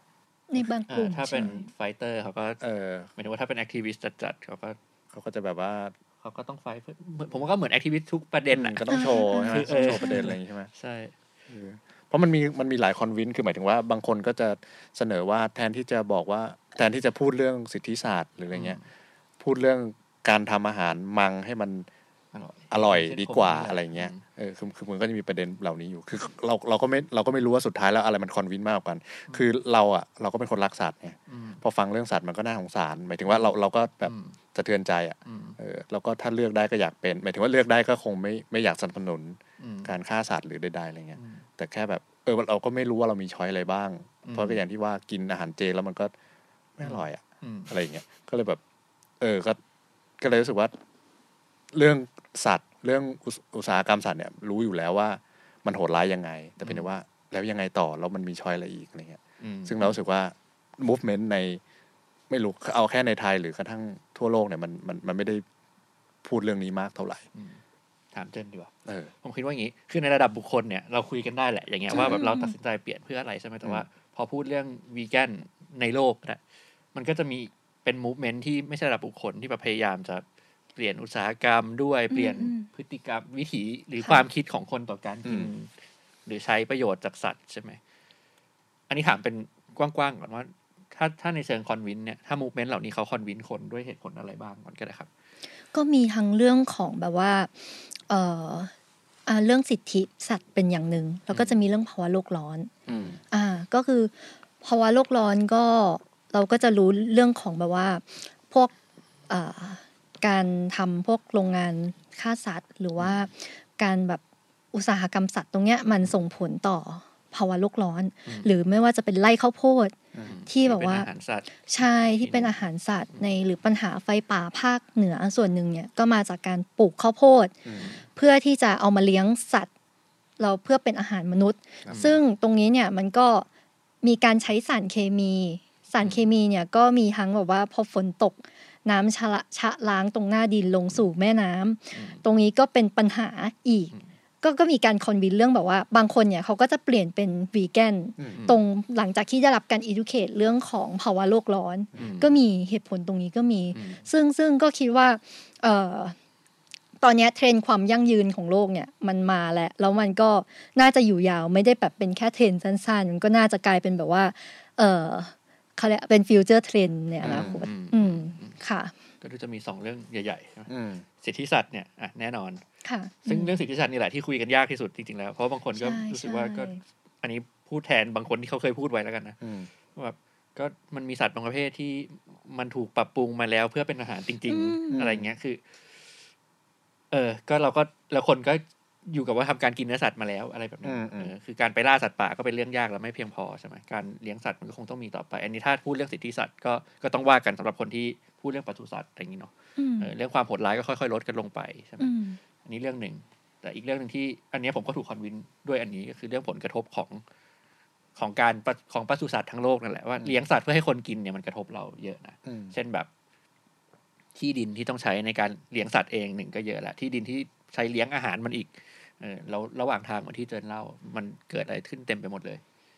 ในบางกลุ่มถ้าเป็นไฟเตอร์เขาก็เออหมายถึงว่าถ้าเป็นแอคทิวิสต์จัดๆเขาก็เขาก็จะแบบว่าเขาก็ต้องไฟท์ผมว่าก็เหมือนแอคทิวิสต์ทุกประเด็นน่ะก็ต้องโชว์ใช่มั้ยโชว์ประเด็นอะไรอย่างงี้ใช่มั้ยใช่เพราะมันมีมันมีหลายคอนวินคือหมายถึงว่าบางคนก็จะเสนอว่าแทนที่จะบอกว่าแทนที่จะพูดเรื่องสิทธิศาสตร์หรืออะไรเงี้ยพูดเรื่องการทำอาหารมังให้มันอร่อยดีกว่าอะไรเงี้ยเออคือคือมันก็จะมีประเด็นเหล่านี้อยู่คือเราเราก็ไม่เราก็ไม่รู้ว่าสุดท้ายแล้วอะไรมันคอนวินมากกว่ากันคือเราอ่ะเราก็เป็นคนรักสัตว์ไงพอฟังเรื่องสัตว์มันก็น่าสงสารหมายถึงว่าเราเราก็แบบสะเทือนใจอ่ะเออแล้วก็ถ้าเลือกได้ก็อยากเป็นหมายถึงว่าเลือกได้ก็คงไม่ไม่อยากสนับสนุนการฆ่าสัตว์หรือใดๆอะไรเงี้ยแต่แค่แบบเออเราก็ไม่รู้ว่าเรามีช้อยอะไรบ้างเพราะก็อย่างที่ว่ากินอาหารเจแล้วมันก็ไม่อร่อยอ่ะอะไรอย่างเงี้ยก็เลยแบบเออก็ก็เลยรู้สึกว่าเรื่องสัตว์เรื่องอุตสาหกรรมสัตว์เนี่ยรู้อยู่แล้วว่ามันโหดร้ายยังไงแต่เป็นว่าแล้วยังไงต่อแล้วมันมีช้อยอะไรอีกอะไรเงี้ยซึ่งเรารู้สึกว่า movement ในไม่รู้เอาแค่ในไทยหรือกระทั่งทั่วโลกเนี่ยมันมันมันไม่ได้พูดเรื่องนี้มากเท่าไหร่ถามเจนดีกว่าเออผมคิดว่าอย่างนี้คือในระดับบุคคลเนี่ยเราคุยกันได้แหละอย่างเงี้ยว่าแบบเราตัดสินใจเปลี่ยนเพื่ออะไรใช่ไหมแต่ว่าพอพูดเรื่องวีแกนในโลกนะมันก็จะมีเป็นมูฟเมนท์ที่ไม่ใช่ระดับบุคคลที่แบบพยายามจะเปลี่ยนอุตสาหกรรมด้วยเปลี่ยนพฤติกรรมวิถีหรือความคิดของคนต่อการกินหรือใช้ประโยชน์จากสัตว์ใช่ไหมอันนี้ถามเป็นกว้างๆก่อนว่าถ้าถ้าในเชิงคอนวินเนี่ยถ้ามูฟเมนต์เหล่านี้เขาคอนวินคนด้วยเหตุผลอะไรบ้างก่อนก็ได้ครับก็มีทั้งเรื่องของแบบว่าเอ่ออ่าเรื่องสิทธิสัตว์เป็นอย่างนึงแล้วก็จะมีเรื่องภาวะโลกร้อนอ่าก็คือภาวะโลกร้อนก็เราก็จะรู้เรื่องของแบบว่าพวกอ่าการทำพวกโรงงานฆ่าสัตว์หรือว่าการแบบอุตสาหกรรมสัตว์ตรงเนี้ยมันส่งผลต่อภาวะโลกร้อนหรือไม่ว่าจะเป็นไร่ข้าวโพดที่แบบว่าใช่ที่เป็นอาหารสัตว์ในหรือปัญหาไฟป่าภาคเหนือส่วนหนึ่งเนี่ยก็มาจากการปลูกข้าวโพดเพื่อที่จะเอามาเลี้ยงสัตว์เราเพื่อเป็นอาหารมนุษย์ซึ่งตรงนี้เนี่ยมันก็มีการใช้สารเคมีสารเคมีเนี่ยก็มีทั้งแบบว่าพอฝนตกน้ำชะชะล้างตรงหน้าดินลงสู่แม่น้ำตรงนี้ก็เป็นปัญหาอีกก็ก็มีการคอนวินเรื่องแบบว่าบางคนเนี่ยเขาก็จะเปลี่ยนเป็นวีแกนตรงหลังจากที่ได้รับการอีดูเคทเรื่องของภาวะโลกร้อนก็มีเหตุผลตรงนี้ก็มีซึ่งซึ่งก็คิดว่าเอ่อตอนนี้เทรนด์ความยั่งยืนของโลกเนี่ยมันมาแล้วแล้วมันก็น่าจะอยู่ยาวไม่ได้แบบเป็นแค่เทรนด์สั้นๆมันก็น่าจะกลายเป็นแบบว่าเออเขาเรียกเป็นฟิวเจอร์เทรนด์เนี่ยนะคุณอืมค่ะก็จะมีสองเรื่องใหญ่ๆสิทธิสัตว์เนี่ยอ่ะแน่นอนค่ะซึ่งเรื่องสิทธิสัตว์นี่แหละที่คุยกันยากที่สุดจริงๆแล้วเพราะบางคนก็รู้สึกว่าก็อันนี้พูดแทนบางคนที่เขาเคยพูดไว้แล้วกันนะว่าก็มันมีสัตว์บางประเภทที่มันถูกปรับปรุงมาแล้วเพื่อเป็นอาหารจริงๆอะไรเงี้ยคือเออก็เราก็แล้วคนก็อยู่กับว่าทำการกินเนื้อสัตว์มาแล้วอะไรแบบนั้นเออคือการไปล่าสัตว์ป่าก็เป็นเรื่องยากและไม่เพียงพอใช่ไหมการเลี้ยงสัตว์มันก็คงต้องมีต่อไปอันนี้ถ้าพูดเรื่องสิทธิสัตว์ก็ก็ต้องว่ากันสำหรับคนที่พูดเรื่องปศุสัตว์อะไรอย่างนี้เนาะเออเรื่องความโหดร้ายก็ค่อยๆลดกันลงไปใช่ไหมอันนี้เรื่องหนึ่งแต่อีกเรื่องนึงที่อันนี้ผมก็ถูกคอนวินด้วยอันนี้ก็คือเรื่องผลกระทบของของการของปศุสัตว์ทั้งโลกนั่นแหละว่าเลี้ยงสัตว์เพื่อให้คนกินเนี่ยมันกระทบเราเยอะนะเช่นแบบที่ดินที่ต้องใช้ในการเลี้ยงสัตว์เองหนึ่งก็เยอะแหละที่ดินที่ใช้เลี้ยงอาหารมันอีกเออแล้วระหว่างทางเหมือนที่เจนเล่ามันเกิดอะไรขึ้นเต็มไปหมดเลย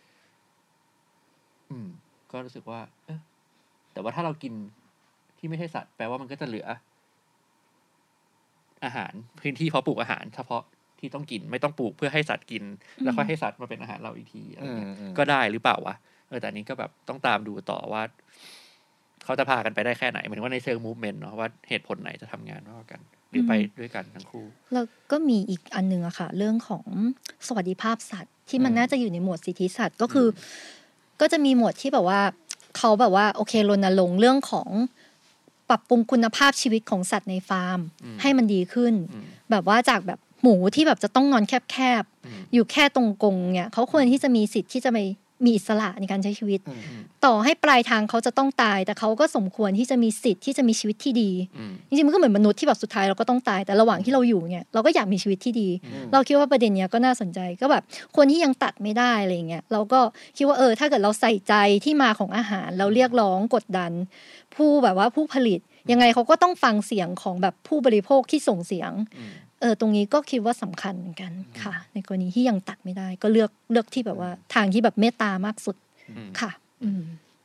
อืมก็รู้สึกว่าเออแต่ว่าถ้าเรากินที่ไม่ใช่สัตว์แปลว่ามันก็จะเหลืออาหารพื้นที่เพาะปลูกอาหารเฉพาะที่ต้องกินไม่ต้องปลูกเพื่อให้สัตว์กินแล้วค่อยให้สัตว์มาเป็นอาหารเราอีกทีอะไรเงี้ยก็ได้หรือเปล่าวะเออแต่นี้ก็แบบต้องตามดูต่อว่าเขาจะพากันไปได้แค่ไหนหมายถึงว่าในเชิงมูฟเมนต์เนาะว่าเหตุผลไหนจะทำงานมากกันหรือไปด้วยกันทั้งคู่แล้วก็มีอีกอันนึงอะค่ะเรื่องของสวัสดิภาพสัตว์ที่มันน่าจะอยู่ในหมวดสิทธิสัตว์ก็คือก็จะมีหมวดที่แบบว่าเขาแบบว่าโอเครณรงค์เรื่องของปรับปรุงคุณภาพชีวิตของสัตว์ในฟาร์มให้มันดีขึ้นแบบว่าจากแบบหมูที่แบบจะต้องนอนแคบๆอยู่แค่ตรงกรงเนี่ยเขาควรที่จะมีสิทธิ์ที่จะไปมีอิสระในการใช้ชีวิตต่อให้ปลายทางเขาจะต้องตายแต่เขาก็สมควรที่จะมีสิทธิ์ที่จะมีชีวิตที่ดีจริงๆมันก็เหมือนมนุษย์ที่แบบสุดท้ายเราก็ต้องตายแต่ระหว่างที่เราอยู่เนี่ยเราก็อยากมีชีวิตที่ดีเราคิดว่าประเด็นเนี้ยก็น่าสนใจก็แบบคนที่ยังตัดไม่ได้อะไรเงี้ยเราก็คิดว่าเออถ้าเกิดเราใส่ใจที่มาของอาหารเราเรียกร้องกดดันผู้แบบว่าผู้ผลิตยังไงเขาก็ต้องฟังเสียงของแบบผู้บริโภคที่ส่งเสียงเออตรงนี้ก็คิดว่าสำคัญเหมือนกันค่ะในกรณีที่ยังตัดไม่ได้ก็เลือกเลือกที่แบบว่าทางที่แบบเมตตามากสุดค่ะอืม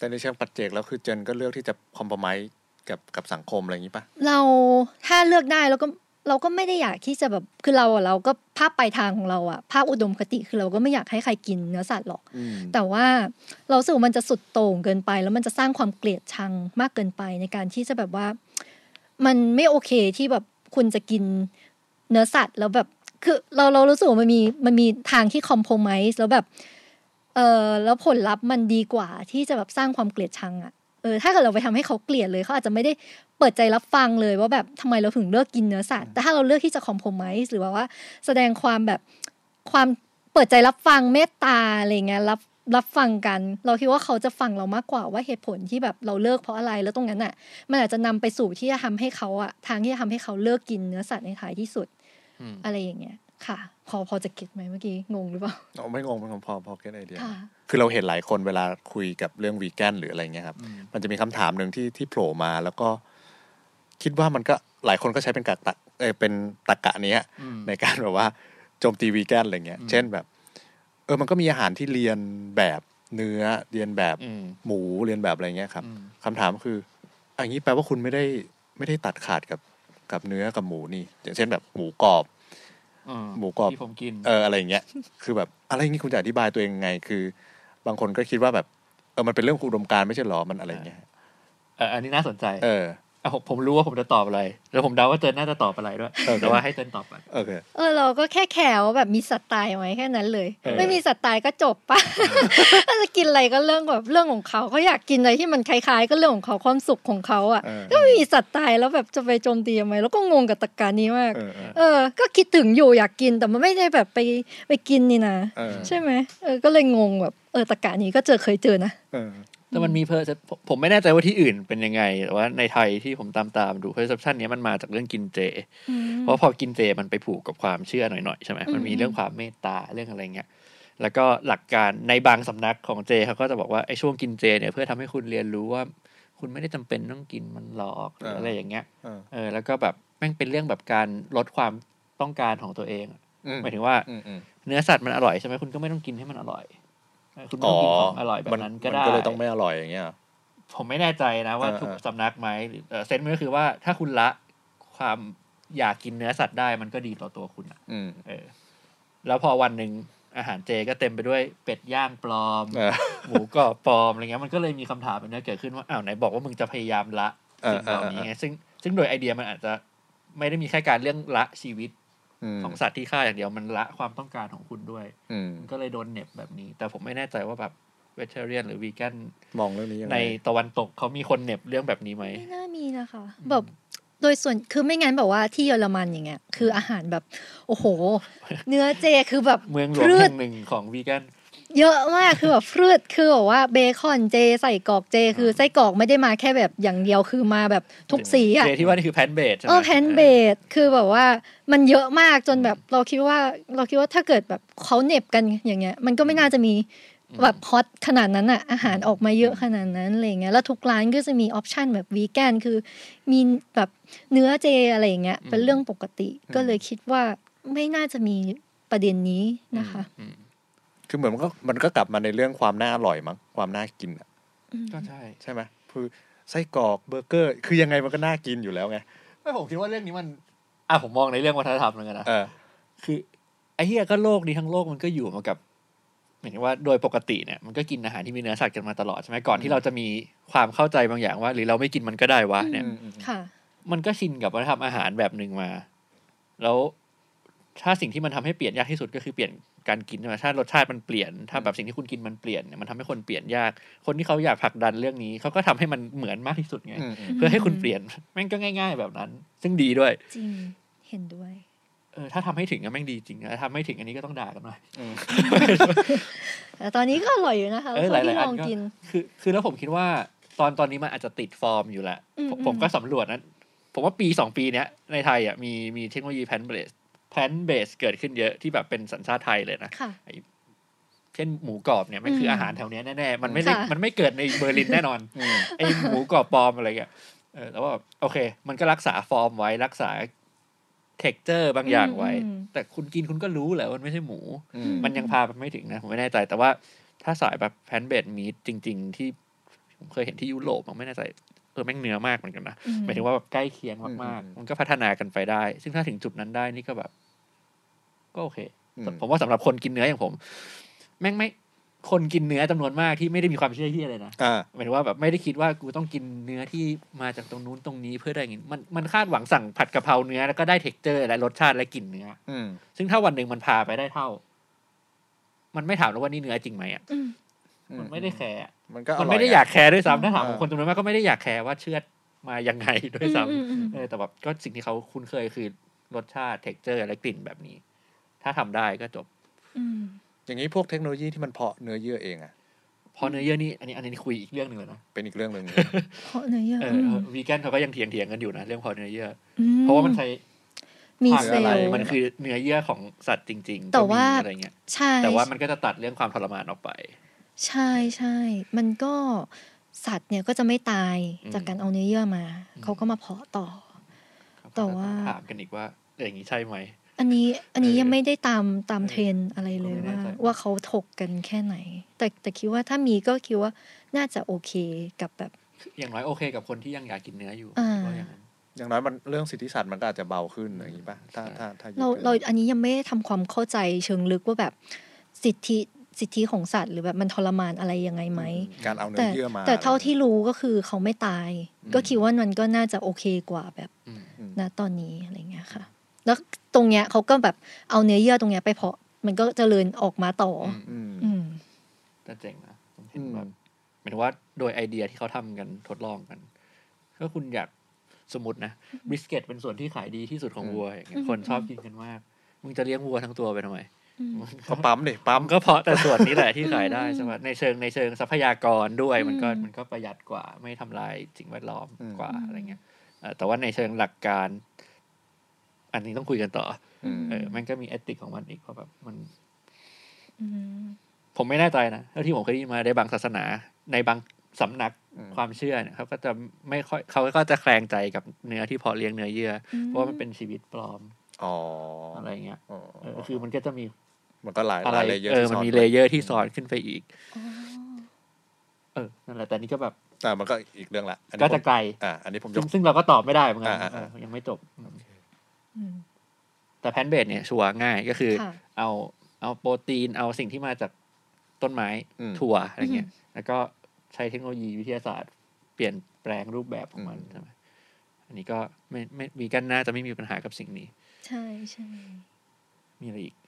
แต่ในเชิงปัจเจกแล้วคือเจนก็เลือกที่จะคอมโพรไมซ์กับกับสังคมอะไรอย่างนี้ป่ะเราถ้าเลือกได้แล้วก็เราก็ไม่ได้อยากที่จะแบบคือเราอะเราก็ภาพปลายทางของเราอะภาพอุดมคติคือเราก็ไม่อยากให้ใครกินเนื้อสัตว์หรอกแต่ว่าเราสึกมันจะสุดโต่งเกินไปแล้วมันจะสร้างความเกลียดชังมากเกินไปในการที่จะแบบว่ามันไม่โอเคที่แบบคุณจะกินเนื้อสัตว์แล้วแบบคือเราเรารู้สึกว่ามันมีมันมีทางที่คอมโพรไมซ์แล้วแบบเออแล้วผลลัพธ์มันดีกว่าที่จะแบบสร้างความเกลียดชังอะเออถ้าเกิดเราไปทำให้เขาเกลียดเลยเขาอาจจะไม่ได้เปิดใจรับฟังเลยว่าแบบทำไมเราถึงเลือกกินเนื้อสัตว์แต่ถ้าเราเลือกที่จะคอมโพรไมซ์หรือว่าว่าแสดงความแบบความเปิดใจรับฟังเมตตาอะไรเงี้ยรับรับฟังกันเราคิดว่าเขาจะฟังเรามากกว่าว่าเหตุผลที่แบบเราเลิกเพราะอะไรแล้วตรงนั้นน่ะมันอาจจะนำไปสู่ที่จะทำให้เขาอะทางที่จะทำให้เขาเลิกกินเนื้อสัตว์ในท้ายที่สุดอะไรอย่างเงี้ยค่ะพอพอจะเก็ตไหมเมื่อกี้งงหรือเปล่าอ๋อไม่งงไม่งงพอพอเก็ตไอเดียคือเราเห็นหลายคนเวลาคุยกับเรื่องวีแกนหรืออะไรเงี้ยครับมันจะมีคำถามหนึ่งที่ที่โผล่มาแล้วก็คิดว่ามันก็หลายคนก็ใช้เป็นกะตะเออเป็นตรรกะนี้ในการแบบว่าโจมตีวีแกนอะไรเงี้ยเช่นแบบเออมันก็มีอาหารที่เรียนแบบเนื้อเรียนแบบหมูเรียนแบบอะไรเงี้ยครับคำถามคืออย่างนี้แปลว่าคุณไม่ได้ไม่ได้ตัดขาดกับกับเนื้อกับหมูนี่อย่างเช่นแบบหมูกรอบหมูกรอบที่ผมกินเอออะไรอย่างเงี้ยคือแบบอะไรอย่างงี้คุณจะอธิบายตัวเองไงคือบางคนก็คิดว่าแบบเออมันเป็นเรื่องอุดมการณ์ไม่ใช่หรอมันอะไรอย่างเงี้ยเอออันนี้น่าสนใจเอออ่ะผมผมรู้ว่าผมจะตอบอะไรแล้วผมเดาว่าเจนน่าจะตอบอะไรด้วยแต่ว่าให้เจนตอบก่อนโอเคเออเราก็แค่แค่ว่าแบบมีสัตว์ตายไหมแค่นั้นเลยไม่มีสัตว์ตายก็จบป่ะถ้าจะกินอะไรก็เรื่องแบบเรื่องของเขาเขาอยากกินอะไรที่มันคล้ายๆก็เรื่องของเขาความสุขของเขาอ่ะก็ไม่มีสัตว์ตายแล้วแบบจะไปโจมตีทำไมแล้วก็งงกับตรรกะนี้มากเออก็คิดถึงอยู่อยากกินแต่มันไม่ได้แบบไปไปกินนี่นะใช่ไหมเออก็เลยงงแบบเออตรรกะนี้ก็เจอเคยเจอนะแต่มันมีเพอร์ผมไม่แน่ใจว่าที่อื่นเป็นยังไงแต่ว่าในไทยที่ผมตามตามดูเพอร์เซพชันนี้มันมาจากเรื่องกินเจเพราะพอกินเจมันไปผูกกับความเชื่อหน่อยๆใช่ไหมมันมีเรื่องความเมตตาเรื่องอะไรเงี้ยแล้วก็หลักการในบางสำนักของเจเขาก็จะบอกว่าไอ้ช่วงกินเจเนี่ยเพื่อทำให้คุณเรียนรู้ว่าคุณไม่ได้จำเป็นต้องกินมันหรอกหรืออะไรอย่างเงี้ยเออแล้วก็แบบแม่งเป็นเรื่องแบบการลดความต้องการของตัวเองหมายถึงว่าเนื้อสัตว์มันอร่อยใช่ไหมคุณก็ไม่ต้องกินให้มันอร่อยคุณต้องกินของอร่อยแบบนั้นก็ได้มันก็เลยต้องไม่อร่อยอย่างเงี้ยผมไม่แน่ใจนะว่าทุกสำนักไหมเซนส์มันก็คือว่าถ้าคุณละความอยากกินเนื้อสัตว์ได้มันก็ดีต่อตัวคุณอ่ะเออแล้วพอวันหนึ่งอาหารเจก็เต็มไปด้วยเป็ดย่างปลอมหมูกรอบปลอมอะไรเงี้ยมันก็เลยมีคำถามแบบนี้เกิดขึ้นว่าอ้าวไหนบอกว่ามึงจะพยายามละสิ่งเหล่านี้ไงซึ่งซึ่งโดยไอเดียมันอาจจะไม่ได้มีแค่การเรื่องละชีวิตของสัตว์ที่ฆ่าอย่างเดียวมันละความต้องการของคุณด้วยมันก็เลยโดนเน็บแบบนี้แต่ผมไม่แน่ใจว่าแบบเวเจอเรียนหรือวีแกนมองเรื่องนี้ยังไงในตะวันตกเขามีคนเน็บเรื่องแบบนี้ไหมไม่น่ามีนะคะแบบโดยส่วนคือไม่งั้นแบบว่าที่เยอรมันอย่างเงี้ยคืออาหารแบบโอ้โหเนื้อเจคือแบบเมืองหลวงแห่งหนึ่งของวีแกนเยอะมากคือแบบฟรืดคือแบบว่าเบคอนเจใส่กรอกเจคือไส้กรอกไม่ได้มาแค่แบบอย่างเดียวคือมาแบบทุกสีอ่ะเจที่ว่านี่คือแพนเบสใช่ไหมเออแพนเบสคือแบบว่ามันเยอะมากจนแบบเราคิดว่าเราคิดว่าถ้าเกิดแบบเขาเน็บกันอย่างเงี้ยมันก็ไม่น่าจะมีแบบฮอตขนาดนั้นอ่ะอาหารออกมาเยอะขนาดนั้นอะไรเงี้ยแล้วทุกร้านก็จะมีออปชันแบบวีแกนคือมีแบบเนื้อเจอะไรอย่างเงี้ยเป็นเรื่องปกติก็เลยคิดว่าไม่น่าจะมีประเด็นนี้นะคะคือเหมือนมันก็มันก็กลับมาในเรื่องความน่าอร่อยมั้งความน่ากินอ่ะก็ใช่ใช่ไหมคือไส้กรอกเบอร์เกอร์คือยังไงมันก็น่ากินอยู่แล้วไงไม่ผมคิดว่าเรื่องนี้มันอ่ะผมมองในเรื่องวัฒนธรรมเลยนะคือไอ้เหี้ยก็โลกนี้ทั้งโลกมันก็อยู่มากับหมายถึงว่าโดยปกติเนี่ยมันก็กินอาหารที่มีเนื้อสัตว์กันมาตลอดใช่ไหมก่อนที่เราจะมีความเข้าใจบางอย่างว่าหรือเราไม่กินมันก็ได้วะเนี่ยมันก็ชินกับวัฒนธรรมอาหารแบบนึงมาแล้วถ้าสิ่งที่มันทำให้เปลี่ยนยากที่สุดก็คือเปลี่ยนการกินใช่ไหมถ้ารสชาติมันเปลี่ยนถ้าแบบสิ่งที่คุณกินมันเปลี่ยนเนี่ยมันทำให้คนเปลี่ยนยากคนที่เขาอยากผลักดันเรื่องนี้เขาก็ทำให้มันเหมือนมากที่สุดไงเพื่อให้คุณเปลี่ยนแม่งก็ง่ายๆแบบนั้นซึ่งดีด้วยจริงเห็นด้วยเออถ้าทำให้ถึงก็แม่งดีจริงนะทำไม่ถึงอันนี้ก็ต้องด่ากันหน่อยแต่ตอนนี้ก็อร่อยอยู่นะคะหลายๆลองกินคือคือแล้วผมคิดว่าตอนตอนนี้มันอาจจะติดฟอร์มอยู่แหละผมก็สำรวจนะผมว่าปีสองปีเนี้ยในไทยอ่ะมีมีเทคโนโลยีแพนเบสแพนเบสเกิดขึ้นเยอะที่แบบเป็นสัญชาติไทยเลยนะเช่นหมูกรอบเนี่ยมันคืออาหารแถวนี้แน่ๆมันไม่ได้มันไม่เกิดในเบอร์ลินแน่นอนไอหมูกรอบปลอมอะไรเงี้ยเออแต่ว่าโอเคมันก็รักษาฟอร์มไว้รักษาเท็กเจอร์บางอย่างไว้แต่คุณกินคุณก็รู้แหละว่ามันไม่ใช่หมูมันยังพาไปไม่ถึงนะผมไม่แน่ใจแต่ว่าถ้าสายแบบแพนเบสมีทจริงๆที่ผมเคยเห็นที่ยุโรปมันไม่แน่ใจเออแม่งเนื้อมากเหมือนกันนะหมายถึงว่าแบบใกล้เคียงมากๆมันก็พัฒนากันไปได้ซึ่งถ้าถึงจุดนั้นได้นี่ก็แบบก็โอเคผมว่าสำหรับคนกินเนื้ออย่างผมแม่งไม่คนกินเนื้อจำนวนมากที่ไม่ได้มีความเชื่อที่อะไรนะหมายถึงว่าแบบไม่ได้คิดว่ากูต้องกินเนื้อที่มาจากตรงนู้นตรงนี้เพื่อได้อย่างนี้มันมันคาดหวังสั่งผัดกะเพราเนื้อแล้วก็ได้เท็กเจอร์และรสชาติและกลิ่นเนื้อซึ่งถ้าวันหนึ่งมันพาไปได้เท่ามันไม่ถามแล้วว่านี่เนื้อจริงไหมอ่ะมันไม่ได้แคร์มันก็มันไม่ได้อยากแคร์ด้วยซ้ำถ้าถามคนจำนวนมากก็ไม่ได้อยากแคร์ว่าเชือดมายังไงด้วยซ้ำเออแต่แบบก็สิ่งที่เขาคุ้นเคยคือรสชาติเท็กเจอร์และกลิ่นแบบนี้ถ้าทำได้ก็จบอย่างนี้พวกเทคโนโลยีที่มันเพาะเนื้อเยื่อเองอะเพาะเนื้อเยื่อนี่อันนี้อันนี้คุยอีกเรื่องนึงเลยนะเป็นอีกเรื่องนึงเพาะเนื้อเยื่อเออวีแกนเขาก็ยังเถียงเถียงกันอยู่นะเรื่องเพาะเนื้อเยื่อเพราะว่ามันใช้มีเซลล์มันคือเนื้อเยื่อของสัตว์จริงๆแต่ว่าอะไรเงี้ยใช่แต่ว่ามันก็จะตัดเรื่องความทรมานออกไปใช่ใช่มันก็สัตว์เนี่ยก็จะไม่ตายจากการเอาเนื้อเยื่อมาเขาก็มาเพาะต่อแต่ว่าถามกันอีกว่าอย่างนี้ใช่ไหมอันนี้อันนี้ยังไม่ได้ตามตามเทรนอะไรเลยว่าว่าเขาถกกันแค่ไหนแต่แต่คิดว่าถ้ามีก็คิดว่าน่าจะโอเคกับแบบอย่างน้อยโอเคกับคนที่ยังอยากกินเนื้ออยู่ก็อย่างนั้นอย่างน้อยมันเรื่องสิทธิสัตว์มันก็อาจจะเบาขึ้นอย่างนี้ป่ะถ้าถ้าถ้าเราเราอันนี้ยังไม่ได้ทำความเข้าใจเชิงลึกว่าแบบสิทธิสิทธิของสัตว์หรือแบบมันทรมานอะไรยังไงไหมการเอาเนื้อเยื่อมาแต่เท่าที่รู้ก็คือเขาไม่ตายก็คิดว่ามันก็น่าจะโอเคกว่าแบบณตอนนี้อะไรเงี้ยค่ะแล้วตรงเนี้ยเขาก็แบบเอาเนื้อเยื่อตรงเนี้ยไปเพาะมันก็เจริญออกมาต่ออืมก็เจ๋งนะผมเห็นแบบหมายถึงว่าโดยไอเดียที่เขาทำกันทดลองกันก็คุณอยากสมมตินะบริสเกตเป็นส่วนที่ขายดีที่สุดของวัวอย่างเงี้ยคนชอบกินกันมากมึงจะเลี้ยงวัวทั้งตัวไปทำไมก็ปั๊มดิปั๊มก็เพาะแต่ส่วนนี้แหละที่ขายได้ใช่ไหมในเชิงในเชิงทรัพยากรด้วยมันก็มันก็ประหยัดกว่าไม่ทำลายสิ่งแวดล้อมกว่าอะไรเงี้ยแต่ว่าในเชิงหลักการอันนี้ต้องคุยกันต่อเออมันก็มีเอติกของมันอีกเพราะแบบมันผมไม่แน่ใจนะเท่าที่ผมเคยได้ยินมาในบางศาสนาในบางสำนักความเชื่อเนี่ยเขาก็จะไม่ค่อยเขาก็จะแคลงใจกับเนื้อที่เพาะเลี้ยงเนื้อเยื่อเพราะว่ามันเป็นชีวิตปลอมอ๋ออะไรเงี้ยเออคือมันก็จะมีมันก็หลายหลายเลเยอร์เออมันมีเลเยอร์ที่ซ้อนขึ้นไปอีกเออนั่นแหละแต่นี่ก็แบบแต่มันก็อีกเรื่องละก็จะไกลอ่าอันนี้ผมซึ่งเราก็ตอบไม่ได้เหมือนกันยังไม่จบแต่แพนเบสเนี่ยชัวร์ง่ายก็คือเอาเอาโปรตีนเอาสิ่งที่มาจากต้นไม้ถั่วอะไรเงี้ยแล้วก็ใช้เทคโนโลยีวิทยาศาสตร์เปลี่ยนแปลงรูปแบบของมันใช่ไหมอันนี้ก็ไม่ไม่วีแกนน่าจะไม่มีปัญหากับสิ่งนี้ใช่ใช่มีอะไรอีก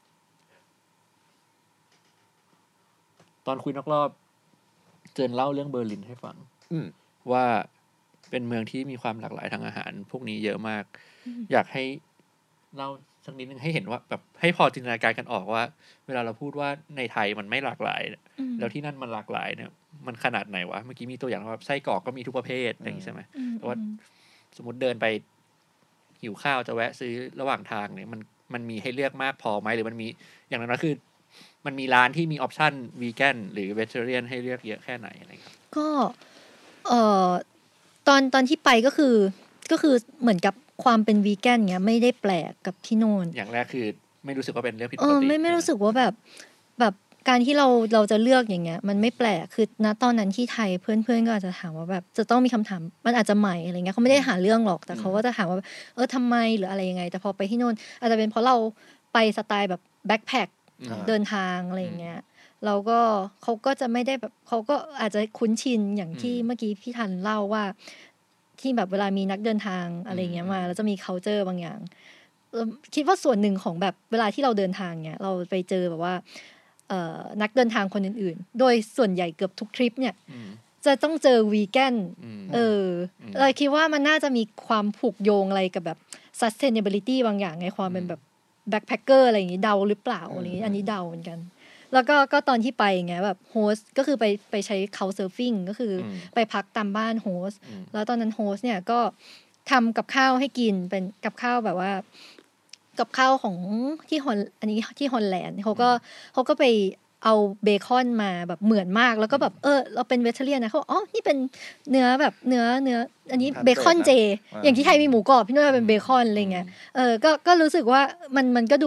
ตอนคุยนอกรอบเจนเล่าเรื่องเบอร์ลินให้ฟังว่าเป็นเมืองที่มีความหลากหลายทางอาหารพวกนี้เยอะมากอยากให้เล่าสักนิดนึงให้เห็นว่าแบบให้พอจินตนาการกันออกว่าเวลาเราพูดว่าในไทยมันไม่หลากหลายแล้วที่นั่นมันหลากหลายเนี่ยมันขนาดไหนวะเมื่อกี้มีตัวอย่างว่าไส้กรอกก็มีทุกประเภทอย่างนี้ใช่ไหมแต่ว่าสมมติเดินไปหิวข้าวจะแวะซื้อระหว่างทางเนี่ยมันมันมีให้เลือกมากพอไหมหรือมันมีอย่างนั้นก็คือมันมีร้านที่มีออปชั่นวีแกนหรือเวจเทเรียนให้เลือกเยอะแค่ไหนอะไรครับก็เอ่อตอนตอนที่ไปก็คือก็คือเหมือนกับความเป็นวีแกนเงี้ยไม่ได้แปลกกับที่โน่นอย่างแรกคือไม่รู้สึกว่าเป็นเรื่องผิดปกติไม่ไม่รู้สึกว่าแบบแบบการที่เราเราจะเลือกอย่างเงี้ยมันไม่แปลกคือณตอนนั้นที่ไทยเพื่อนๆก็อาจจะถามว่าแบบจะต้องมีคำถามมันอาจจะใหม่อะไรเงี้ยเขาไม่ได้หาเรื่องหรอกแต่เขาก็จะถามว่าเออทำไมหรืออะไรยังไงแต่พอไปที่โน่นอาจจะเป็นเพราะเราไปสไตล์แบบแบ็คแพ็คเดินทางอะไรอย่างเงี้ยเราก็เขาก็จะไม่ได้แบบเขาก็อาจจะคุ้นชินอย่างที่เมื่อกี้พี่ทันเล่าว่าที่แบบเวลามีนักเดินทางอะไรเงี้ยมาแล้วจะมี culture บางอย่างคิดว่าส่วนหนึ่งของแบบเวลาที่เราเดินทางเงี้ยเราไปเจอแบบว่าเอ่อนักเดินทางคนอื่นๆโดยส่วนใหญ่เกือบทุกทริปเนี่ยจะต้องเจอวีแกนเออเราคิดว่ามันน่าจะมีความผูกโยงอะไรกับแบบ sustainability บางอย่างในความเป็นแบบแบ็คแพคเกอร์อะไรอย่างงี้เดาหรือเปล่าอะไรอย่างงี้อันนี้เดาเหมือนกันแล้วก็ก็ตอนที่ไปไงแบบโฮสก็คือไปไปใช้เคาน์เซิร์ฟฟิ้งก็คือไปพักตามบ้านโฮสแล้วตอนนั้นโฮสเนี่ยก็ทำกับข้าวให้กินเป็นกับข้าวแบบว่ากับข้าวของที่ฮอลอันนี้ที่ฮอลแลนด์เขาก็เขาก็ไปเอาเบคอนมาแบบเหมือนมากแล้วก็แบบเออเราเป็นเวจเทเรียนนะเขาอ๋อนี่เป็นเนื้อแบบเนื้อเนื้ออันนี้เบคอนเจอย่างที่ไทยมีหมูกรอบพี่นุ่นเป็นเบคอนอะไรเงี้ยเออก็ก็รู้สึกว่ามันมันก็ดูแบบ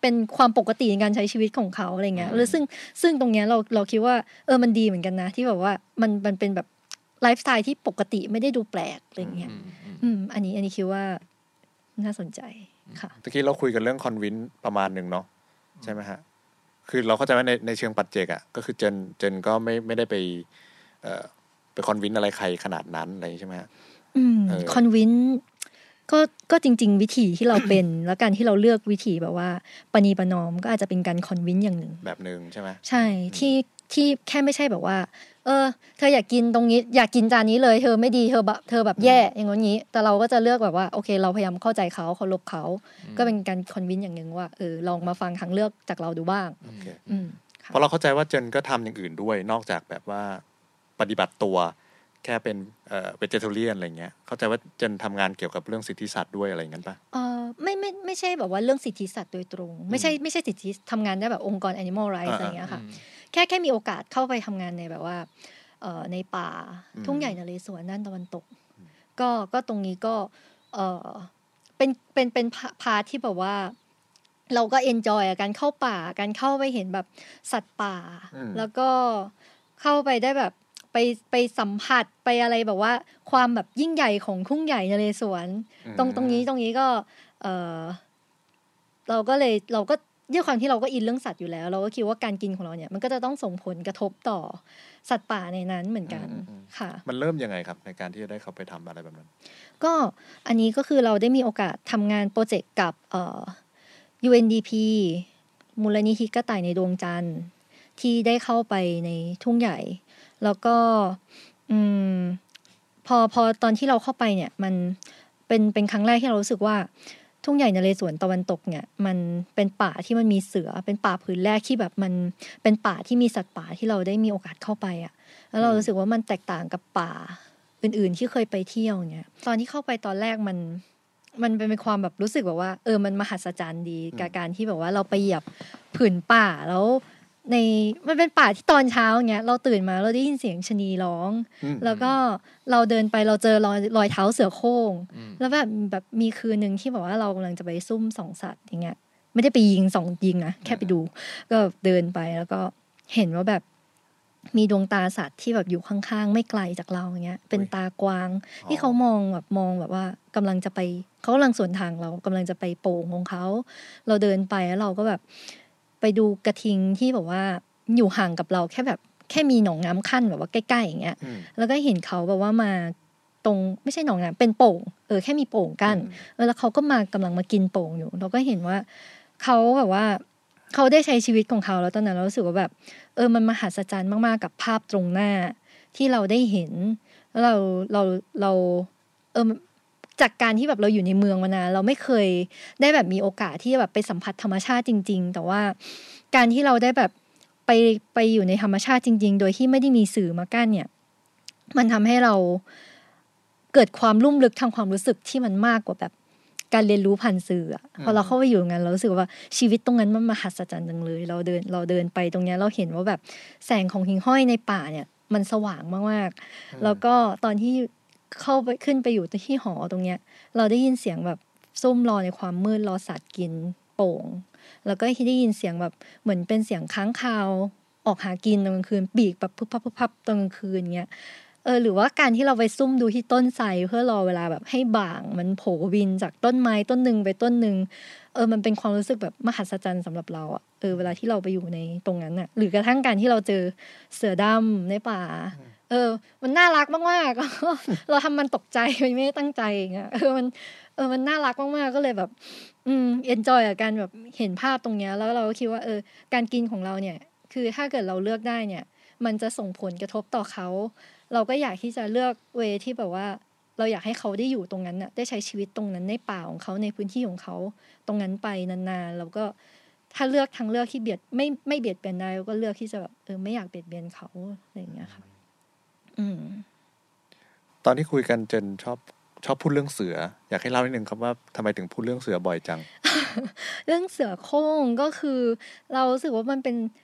เป็นความปกติในการใช้ชีวิตของเขาอะไรเงี้ยแล้วซึ่งซึ่งตรงเนี้ยเราเราคิดว่าเออมันดีเหมือนกันนะที่แบบว่ามันมันเป็นแบบไลฟ์สไตล์ที่ปกติไม่ได้ดูแปลกอะไรเงี้ยอืมอันนี้อันนี้คิดว่าน่าสนใจค่ะตะกี้เราคุยกันเรื่องคอนวินประมาณหนึ่งเนาะใช่ไหมฮะคือเราเข้าใจว่าในในเชิงปัจเจกอ่ะก็คือเจนเจนก็ไม่ไม่ได้ไปเอ่อไปคอนวินอะไรใครขนาดนั้นอะไรใช่ไหมฮะอืมคอนวินก็ก็จริงๆวิธีที่เราเป็น แล้วการที่เราเลือกวิธีแบบว่าปณีประนอมก็อาจจะเป็นการคอนวินอย่างหนึ่งแบบหนึ่งใช่ไหมใช่ที่ที่แค่ไม่ใช่แบบว่าเออเธออยากกินตรงนี้อยากกินจานนี้เลยเธอไม่ดีเธอแบบเธอแบบแย่อย่างงี้แต่เราก็จะเลือกแบบว่าโอเคเราพยายามเข้าใจเขาเคารพเขาก็เป็นการคอนวินอย่างหนึ่งว่าเออลองมาฟังทางเลือกจากเราดูบ้างอืมเพราะเราเข้าใจว่าเจนก็ทำอย่างอื่นด้วยนอกจากแบบว่าปฏิบัติตัวแค่เป็นเอ่อเวเจเทเรียนอะไรเงี้ยเข้าใจว่าเจนทำงานเกี่ยวกับเรื่องสิทธิสัตว์ด้วยอะไรอย่างนั้นป่ะเออไม่ไม่ไม่ใช่แบบว่าเรื่องสิทธิสัตว์โดยตรงไม่ใช่ไม่ใช่สิทธิทำงานได้แบบองค์กร Animal Rights อะไรเงี้ยค่ะแค่แค่มีโอกาสเข้าไปทำงานในแบบว่าเอ่อในป่าทุ่งใหญ่นเรศวรด้านตะวันตกก็ก็ตรงนี้ก็เออเป็นเป็นเป็นพาร์ทที่แบบว่าเราก็เอนจอยกับการเข้าป่าการเข้าไปเห็นแบบสัตว์ป่าแล้วก็เข้าไปได้แบบไปไปสัมผัสไปอะไรแบบว่าความแบบยิ่งใหญ่ของทุ่งใหญ่นเรศวรตรงตรงนี้ตรงนี้ก็เออเราก็เลยเราก็ด้วยความที่เราก็อินเรื่องสัตว์อยู่แล้วเราก็คิดว่าการกินของเราเนี่ยมันก็จะต้องส่งผลกระทบต่อสัตว์ป่าในนั้นเหมือนกันค่ะมันเริ่มยังไงครับในการที่จะได้เข้าไปทำอะไรแบบนั้นก็อันนี้ก็คือเราได้มีโอกาสทำงานโปรเจกต์กับเอ่อ ยู เอ็น ดี พี มูลนิธิกระต่ายในดวงจันทร์ที่ได้เข้าไปในทุ่งใหญ่แล้วก็อืมพอพอตอนที่เราเข้าไปเนี่ยมันเป็นเป็นครั้งแรกที่เรารู้สึกว่าทุ่งใหญ่นเรศวรตะวันตกเนี่ยมันเป็นป่าที่มันมีเสือเป็นป่าพื้นแรกที่แบบมันเป็นป่าที่มีสัตว์ป่าที่เราได้มีโอกาสเข้าไปอ่ะแล้วเรารู้สึกว่ามันแตกต่างกับป่าอื่นๆที่เคยไปเที่ยวเนี่ยตอนที่เข้าไปตอนแรกมันมันเป็นความแบบรู้สึกแบบว่าเออมันมหัศจรรย์ดีกับการที่แบบว่าเราไปเหยียบผืนป่าแล้วในมันเป็นป่าที่ตอนเช้าเงี้ยเราตื่นมาเราได้ยินเสียงชะนีร้องแล้วก็เราเดินไปเราเจอรอยรอยเท้าเสือโคร่งแล้วแบบแบบมีคืนนึงที่บอกว่าเรากำลังจะไปซุ่มส่องสัตว์อย่างเงี้ยไม่ได้ไปยิงส่องยิงนะแค่ไปดูก็เดินไปแล้วก็เห็นว่าแบบมีดวงตาสัตว์ที่แบบอยู่ข้างๆไม่ไกลจากเราอย่างเงี้ยเป็นตากวางที่เขามองแบบมองแบบว่ากำลังจะไปเขากำลังสวนทางเรากำลังจะไปโป่งของเขาเราเดินไปแล้วเราก็แบบไปดูกระทิงที่แบบว่าอยู่ห่างกับเราแค่แบบแค่มีหนองน้ำขั้นแบบว่าใกล้ๆอย่างเงี้ยแล้วก็เห็นเขาแบบว่ามาตรงไม่ใช่หนองน้ำเป็นโป่งเออแค่มีโป่งกั้นแล้วเขาก็มากำลังมากินโป่งอยู่เราก็เห็นว่าเขาแบบว่าเขาได้ใช้ชีวิตของเขาแล้วตอนนั้นเรารู้สึกว่าแบบเออมันมหัศจรรย์มากๆกับภาพตรงหน้าที่เราได้เห็นแล้วเราเราเราเออจากการที่แบบเราอยู่ในเมืองมานานเราไม่เคยได้แบบมีโอกาสที่จะแบบไปสัมผัสธรรมชาติจริงๆแต่ว่าการที่เราได้แบบไปไปอยู่ในธรรมชาติจริงๆโดยที่ไม่ได้มีสื่อมากั้นเนี่ยมันทำให้เราเกิดความลุ่มลึกทางความรู้สึกที่มันมากกว่าแบบการเรียนรู้ผ่านสื่ออ่ะพอเราเข้าไปอยู่งั้นเรารู้สึกว่าชีวิตตรงนั้นมันมหัศจรรย์จังเลยเราเดินเราเดินไปตรงนี้เราเห็นว่าแบบแสงของหิ่งห้อยในป่าเนี่ยมันสว่างมากๆแล้วก็ตอนที่เข้าไปขึ้นไปอยู่ที่หอตรงเนี้ยเราได้ยินเสียงแบบซุ่มรอในความมืดรอสัตว์กินโป่งแล้วก็ได้ยินเสียงแบบเหมือนเป็นเสียงค้างคาวออกหากินตอนกลางคืนปีกแบบพุบพับพุบพับตอนกลางคืนเงี้ยเออหรือว่าการที่เราไปซุ่มดูที่ต้นไทรเพื่อรอเวลาแบบให้บ่างมันโผล่บินจากต้นไม้ต้นหนึ่งไปต้นหนึ่งเออมันเป็นความรู้สึกแบบมหัศจรรย์สำหรับเราอ่ะเออเวลาที่เราไปอยู่ในตรงนั้นอ่ะหรือกระทั่งการที่เราเจอเสือดำในป่าเออมันน่ารักมากๆเราทำมันตกใจไม่ได้ตั้งใจอย่างเงี้ยเออมันเออมันน่ารักมากๆก็เลยแบบอืมเอนจอยกับการแบบเห็นภาพตรงเนี้ยแล้วเราก็คิดว่าเออการกินของเราเนี่ยคือถ้าเกิดเราเลือกได้เนี่ยมันจะส่งผลกระทบต่อเขาเราก็อยากที่จะเลือกเวที่แบบว่าเราอยากให้เขาได้อยู่ตรงนั้นน่ะได้ใช้ชีวิตตรงนั้นในป่าของเขาในพื้นที่ของเขาตรงนั้นไปนานๆแล้วก็ถ้าเลือกทางเลือกที่เบียดไม่ไม่เบียดเบียนได้ก็เลือกที่จะแบบเออไม่อยากเบียดเบียนเขาอะไรอย่างเงี้ยค่ะอืมตอนที่คุยกันเจนชอบชอบพูดเรื่องเสืออยากให้เล่านิดนึงครับว่าทำไมถึงพูดเรื่องเสือบ่อยจังเรื่องเสือโคร่งก็คือเรารู้สึกว่ามันเป็น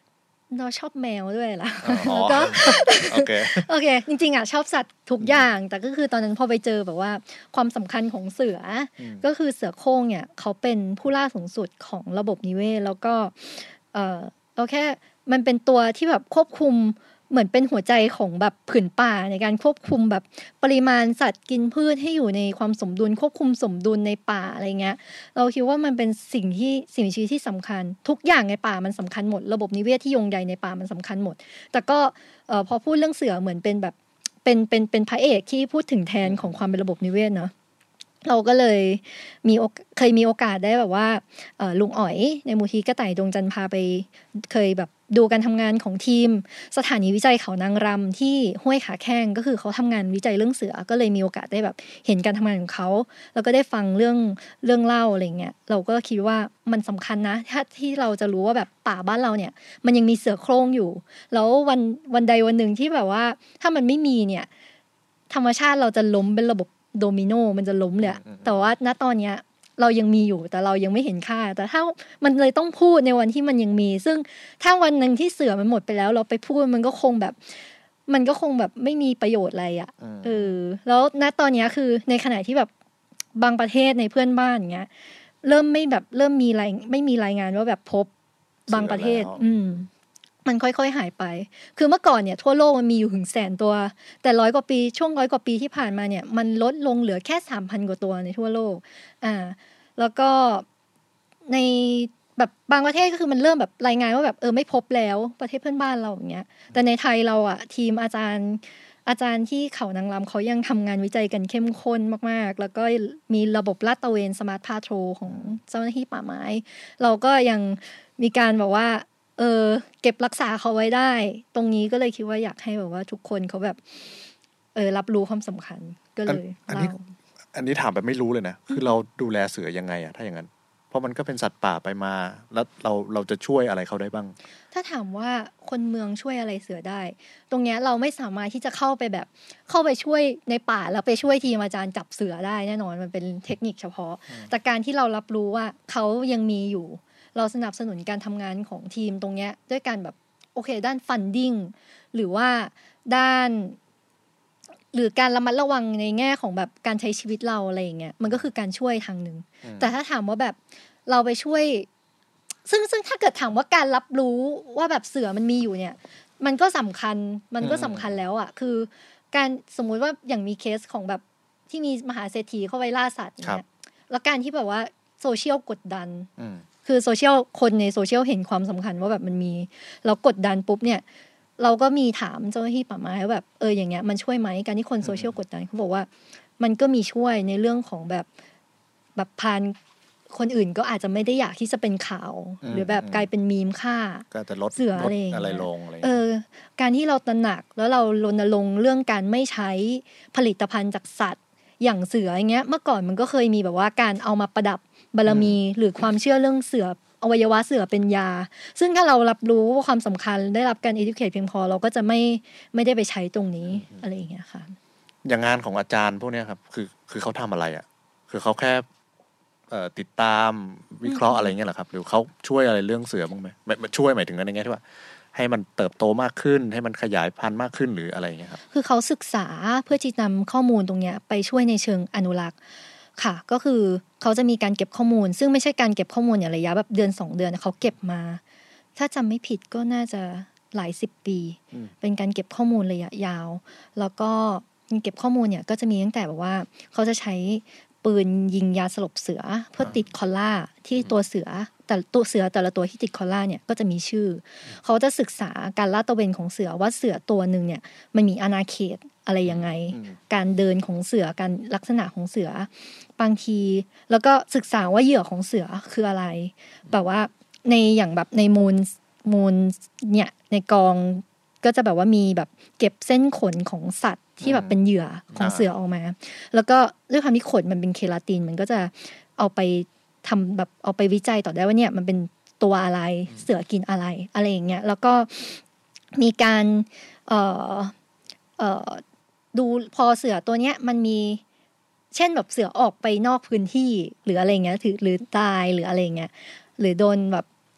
เราชอบแมวด้วยล่ะอ๋อก็โอเคโอเคจริงๆอ่ะชอบสัตว์ทุกอย่างแต่ก็คือตอนนั้นพอไปเจอแบบว่าความสำคัญของเสือก็คือเสือโคร่งเนี่ยเขาเป็นผู้ล่าสูงสุดของระบบนิเวศแล้วก็เออเราแค่มันเป็นตัวที่แบบควบคุมเหมือนเป็นหัวใจของแบบผืนป่าในการควบคุมแบบปริมาณสัตว์กินพืชให้อยู่ในความสมดุลควบคุมสมดุลในป่าอะไรเงี้ยเราคิดว่ามันเป็นสิ่งที่สิ่งมีชีวิตที่สำคัญทุกอย่างในป่ามันสำคัญหมดระบบนิเวศที่ยงใยในป่ามันสำคัญหมดแต่ก็เอ่อพอพูดเรื่องเสือเหมือนเป็นแบบเป็นเป็นเป็นพระเอกที่พูดถึงแทนของความเป็นระบบนิเวศเนาะเราก็เลยมีเคยมีโอกาสได้แบบว่าลุงอ๋อยในมูลที่กระต่ายดวงจันทร์พาไปเคยแบบดูการทำงานของทีมสถานีวิจัยเขานางรำที่ห้วยขาแข้งก็คือเขาทำงานวิจัยเรื่องเสือก็เลยมีโอกาสได้แบบเห็นการทำงานของเขาแล้วก็ได้ฟังเรื่องเรื่องเล่าอะไรเงี้ยเราก็คิดว่ามันสำคัญนะถ้าที่เราจะรู้ว่าแบบป่าบ้านเราเนี่ยมันยังมีเสือโคร่งอยู่แล้ววันวันใดวันหนึ่งที่แบบว่าถ้ามันไม่มีเนี่ยธรรมชาติเราจะล้มเป็นระบบโดมิโนมันจะล้มเลยแต่ว่าณตอนเนี้ยเรายังมีอยู่แต่เรายังไม่เห็นค่าแต่ถ้ามันเลยต้องพูดในวันที่มันยังมีซึ่งถ้าวันนึงที่เสือมันหมดไปแล้วเราไปพูดมันก็คงแบบมันก็คงแบบไม่มีประโยชน์อะไรอ่ะเออแล้วณตอนนี้คือในขณะที่แบบบางประเทศในเพื่อนบ้านอย่างเงี้ยเริ่มไม่แบบเริ่มมีรายไม่มีรายงานว่าแบบพบบางประเทศอืมมันค่อยๆหายไปคือเมื่อก่อนเนี่ยทั่วโลกมันมีอยู่ถึงแสนตัวแต่ร้อยกว่าปีช่วงร้อยกว่าปีที่ผ่านมาเนี่ยมันลดลงเหลือแค่ สามพัน กว่าตัวในทั่วโลกอ่าแล้วก็ในแบบบางประเทศก็คือมันเริ่มแบบรายงานว่าแบบเออไม่พบแล้วประเทศเพื่อนบ้านเราอย่างเงี้ยแต่ในไทยเราอ่ะทีมอาจารย์อาจารย์ที่เขานางรำเขายังทำงานวิจัยกันเข้มข้นมากๆแล้วก็มีระบบลาดตระเวนสมาร์ทพาโทรของเจ้าหน้าที่ป่าไม้เราก็ยังมีการแบบว่าเออเก็บรักษาเขาไว้ได้ตรงนี้ก็เลยคิดว่าอยากให้แบบว่าทุกคนเขาแบบเออรับรู้ความสำคัญก็เลยอันนี้อันนี้ถามแบบไม่รู้เลยนะคือเราดูแลเสือยังไงอะถ้าอย่างนั้นเพราะมันก็เป็นสัตว์ป่าไปมาแล้วเราเราจะช่วยอะไรเขาได้บ้างถ้าถามว่าคนเมืองช่วยอะไรเสือได้ตรงเนี้ยเราไม่สามารถที่จะเข้าไปแบบเข้าไปช่วยในป่าแล้วไปช่วยทีมอาจารย์จับเสือได้แน่นอนมันเป็นเทคนิคเฉพาะแต่การที่เรารับรู้ว่าเขายังมีอยู่เราสนับสนุนการทำงานของทีมตรงเนี้ยด้วยการแบบโอเคด้านฟันดิ้งหรือว่าด้านหรือการระมัดระวังในแง่ของแบบการใช้ชีวิตเราอะไรอย่างเงี้ยมันก็คือการช่วยทางนึงแต่ถ้าถามว่าแบบเราไปช่วยซึ่งซึ่งถ้าเกิดถามว่าการรับรู้ว่าแบบเสือมันมีอยู่เนี่ยมันก็สำคัญมันก็สำคัญแล้วอ่ะคือการสมมุติว่าอย่างมีเคสของแบบที่มีมหาเศรษฐีเข้าไปล่าสัตว์เนี่ยแล้วการที่แบบว่าโซเชียลกดดันคือโซเชียลคนในโซเชียลเห็นความสำคัญว่าแบบมันมีแล้วกดดันปุ๊บเนี่ยเราก็มีถามเจ้าหน้าที่ป่าไม้ว่าแบบเอออย่างเงี้ยมันช่วยไหมการที่คนโซเชียลกดดันเขาบอกว่ามันก็มีช่วยในเรื่องของแบบแบบพานคนอื่นก็อาจจะไม่ได้อยากที่จะเป็นข่าวหรือแบบกลายเป็นมีมฆ่าก็จะลดเสืออะไรอะไรลงอะไรเออการที่เราตระหนักแล้วเรารณรงค์เรื่องการไม่ใช้ผลิตภัณฑ์จากสัตว์อย่างเสืออย่างเงี้ยเมื่อก่อนมันก็เคยมีแบบว่าการเอามาประดับบารมีหรือความเชื่อเรื่องเสืออวัยวะเสือเป็นยาซึ่งถ้าเรารับรู้ว่าความสำคัญได้รับการ educate เพียงพอเราก็จะไม่ไม่ได้ไปใช้ตรงนี้อะไรอย่างเงี้ยค่ะอย่างงานของอาจารย์พวกนี้ครับคือคือเขาทำอะไรอ่ะคือเขาแค่เอ่อติดตามวิเคราะห์อะไรเงี้ยเหรอครับหรือเขาช่วยอะไรเรื่องเสือบ้างไหมช่วยหมายถึงในแง่ที่ว่าให้มันเติบโตมากขึ้นให้มันขยายพันธุ์มากขึ้นหรืออะไรเงี้ยครับคือเขาศึกษาเพื่อที่นำข้อมูลตรงเนี้ยไปช่วยในเชิงอนุรักษ์ค่ะก็คือเขาจะมีการเก็บข้อมูลซึ่งไม่ใช่การเก็บข้อมูลอย่างระยะแบบเดือนสองเดือนเขาเก็บมาถ้าจำไม่ผิดก็น่าจะหลายสิบปีเป็นการเก็บข้อมูลระยะยาวแล้วก็เก็บข้อมูลเนี่ยก็จะมีตั้งแต่แบบว่าเขาจะใช้ปืนยิงยาสลบเสือเพื่อติดคอลล่าที่ตัวเสือแต่ตัวเสือแต่ละตัวที่ติดคอลล่าเนี่ยก็จะมีชื่อเขาจะศึกษาการลาดตระเวนของเสือว่าเสือตัวนึงเนี่ยมันมีอาณาเขตอะไรยังไงการเดินของเสือการลักษณะของเสือบางทีแล้วก็ศึกษาว่าเหยื่อของเสือคืออะไรแบบว่าในอย่างแบบในมูลมูลเนี่ยในกองก็จะแบบว่ามีแบบเก็บเส้นขนของสัตว์ที่แบบเป็นเหยื่อของเสือออกมาแล้วก็ด้วยความที่ขนมันเป็นเคราตินมันก็จะเอาไปทำแบบเอาไปวิจัยต่อได้ว่าเนี่ยมันเป็นตัวอะไรเสือกินอะไรอะไรอย่างเงี้ยแล้วก็มีการเอ่อเอ่อดูพอเสือตัวเนี้ยมันมีเช่นแบบเสือออกไปนอกพื้นที่หรืออะไรเงี้ยถือหรือตายหรืออะไรเงี้ยหรือโดนแบบ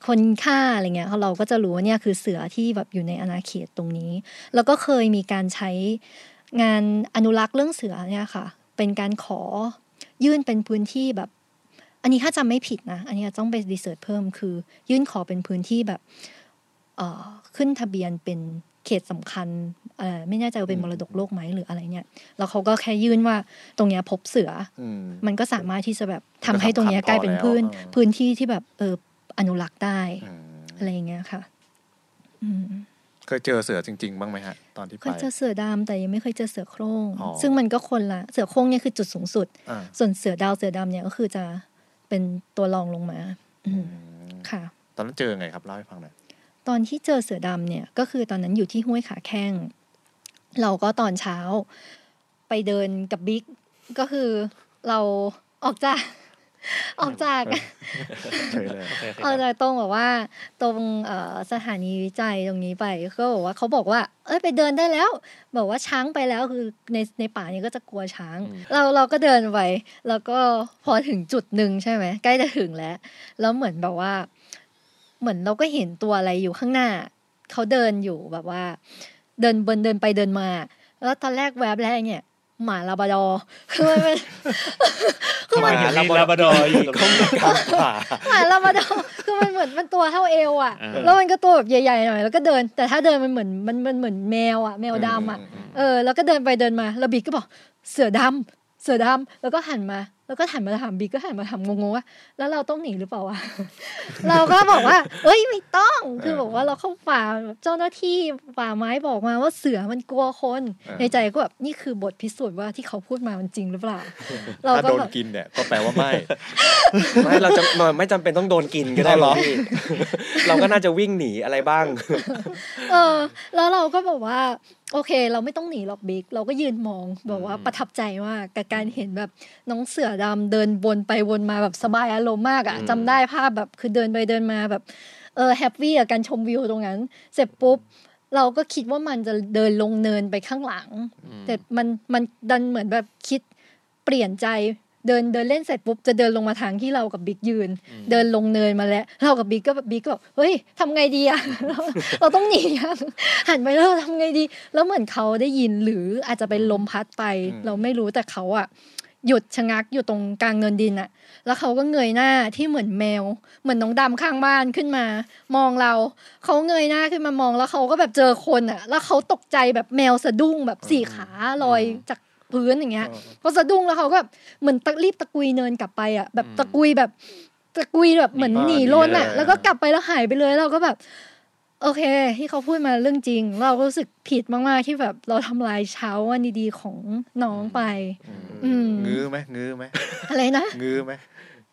คนฆ่าอะไรเงี้ยเราก็จะรู้ว่าเนี่ยคือเสือที่แบบอยู่ในอาณาเขตตรงนี้แล้วก็เคยมีการใช้งานอนุรักษ์เรื่องเสือเนี่ยค่ะเป็นการขอยื่นเป็นพื้นที่แบบอันนี้ถ้าจำไม่ผิดนะอันนี้ต้องไปรีเสิร์ชเพิ่มคือยื่นขอเป็นพื้นที่แบบเอ่อขึ้นทะเบียนเป็นเขตสำคัญเอ่อไม่แน่ใจว่าเป็นมรดกโลกไหมหรืออะไรเนี่ยแล้วเขาก็แค่ยื่นว่าตรงเนี้ยพบเสือมันก็สามารถที่จะแบบทำให้ตรงเนี้ยกลายเป็นพื้นพื้นที่ที่แบบเอออนุรักษ์ได้อะไรอย่างเงี้ยค่ะเคยเจอเสือจริงๆบ้างไหมฮะตอนที่ไปเคยเจอเสือดำแต่ยังไม่เคยเจอเสือโคร่งซึ่งมันก็คนละเสือโคร่งเนี่ยคือจุดสูงสุดส่วนเสือดาวเสือดำเนี่ยก็คือจะเป็นตัวรองลงมาค่ะตอนนั้นเจอไงครับเล่าให้ฟังหน่อยตอนที่เจอเสือดำเนี่ยก็คือตอนนั้นอยู่ที่ห้วยขาแข้งเราก็ตอนเช้าไปเดินกับบิ๊กก็คือเราออกจากออกจากออกจากตรงแบบว่าตรงสถานีวิจัยตรงนี้ไปก็บอกว่าเขาบอกว่าเอ้ยไปเดินได้แล้วบอกว่าช้างไปแล้วคือในในป่านี้ก็จะกลัวช้างเราเราก็เดินไปแล้วก็พอถึงจุดนึงใช่ไหมใกล้จะถึงแล้วแล้วเหมือนแบบว่าเหมือนเราก็เห็นตัวอะไรอยู่ข้างหน้าเขาเดินอยู่แบบว่าเดินบนเดินไปเดินมาแล้วตอนแรกแวบแรกเนี่ยหมาลาบราดอร์คือมันเป็นคือมันลาบราดอร์อยู่ตรงกลางป่าหมาลาบราดอร์คือมันเหมือนมันตัวเท่าเอวอ่ะแล้วมันก็ตัวแบบใหญ่ๆหน่อยแล้วก็เดินแต่ถ้าเดินมันเหมือนมันมันเหมือนแมวอ่ะแมวดำอ่ะเออแล้วก็เดินไปเดินมาแล้วบิ๊กก็บอกเสือดำเสือดำแล้วก็หันมาแล้วก็หันมาถามบิ๊กก็หันมาถามงงๆว่าแล้วเราต้องหนีหรือเปล่าวะเราก็บอกว่าเอ้ยไม่ต้องคือบอกว่าเราเข้าป่าเจ้าหน้าที่ป่าไม้บอกมาว่าเสือมันกลัวคนในใจก็แบบนี่คือบทพิสูจน์ว่าที่เขาพูดมามันจริงหรือเปล่าเราก็โดนกินเนี่ยก็แปลว่าไม่ไม่เราจะไม่จำเป็นต้องโดนกินก็ได้หรอกพี่เราก็น่าจะวิ่งหนีอะไรบ้างเออแล้วเราก็บอกว่าโอเคเราไม่ต้องหนีหรอกบิ๊กเราก็ยืนมองแบบว่าประทับใจมากกับการเห็นแบบน้องเสือดำเดินวนไปวนมาแบบสบายอารมณ์มากอ่ะจำได้ภาพแบบคือเดินไปเดินมาแบบเออแฮปปี้กับการชมวิวตรงนั้นเสร็จปุ๊บเราก็คิดว่ามันจะเดินลงเนินไปข้างหลังแต่มันมันดันเหมือนแบบคิดเปลี่ยนใจเดินเดินเล่นเสร็จปุ๊บจะเดินลงมาทางที่เรากับบิ๊กยืนเดินลงเนินมาแล้วเรากับบิ๊กก็บิ๊กก็เฮ้ยทำไงดีอะ เราต้องหนีหันไปแล้วทำไงดีแล้วเหมือนเขาได้ยินหรืออาจจะเป็นลมพัดไปเราไม่รู้แต่เขาอะหยุดชะงักอยู่ตรงกลางเนินดินอะแล้วเขาก็เงยหน้าที่เหมือนแมวเหมือนน้องดำข้างบ้านขึ้นมามองเราเขาเงยหน้าขึ้นมามองแล้วเขาก็แบบเจอคนอะแล้วเขาตกใจแบบแมวสะดุ้งแบบสี่ขาลอยจากพื้นอย่างเงี้ยพอสะดุ้งแล้วเขาก็เหมือนตะรีบตะกุยเนินกลับไปอ่ะแบบตะกุยแบบตะกุยแบบเหมือนหนีล้นอ่ะแล้วก็กลับไปแล้วหายไปเลยเราก็แบบโอเคที่เขาพูดมาเรื่องจริงเราก็รู้สึกผิดมากๆที่แบบเราทำลายเช้าวันดีๆของน้องไปงื้อไหมงื้อไหมอะไรนะงื้อไหม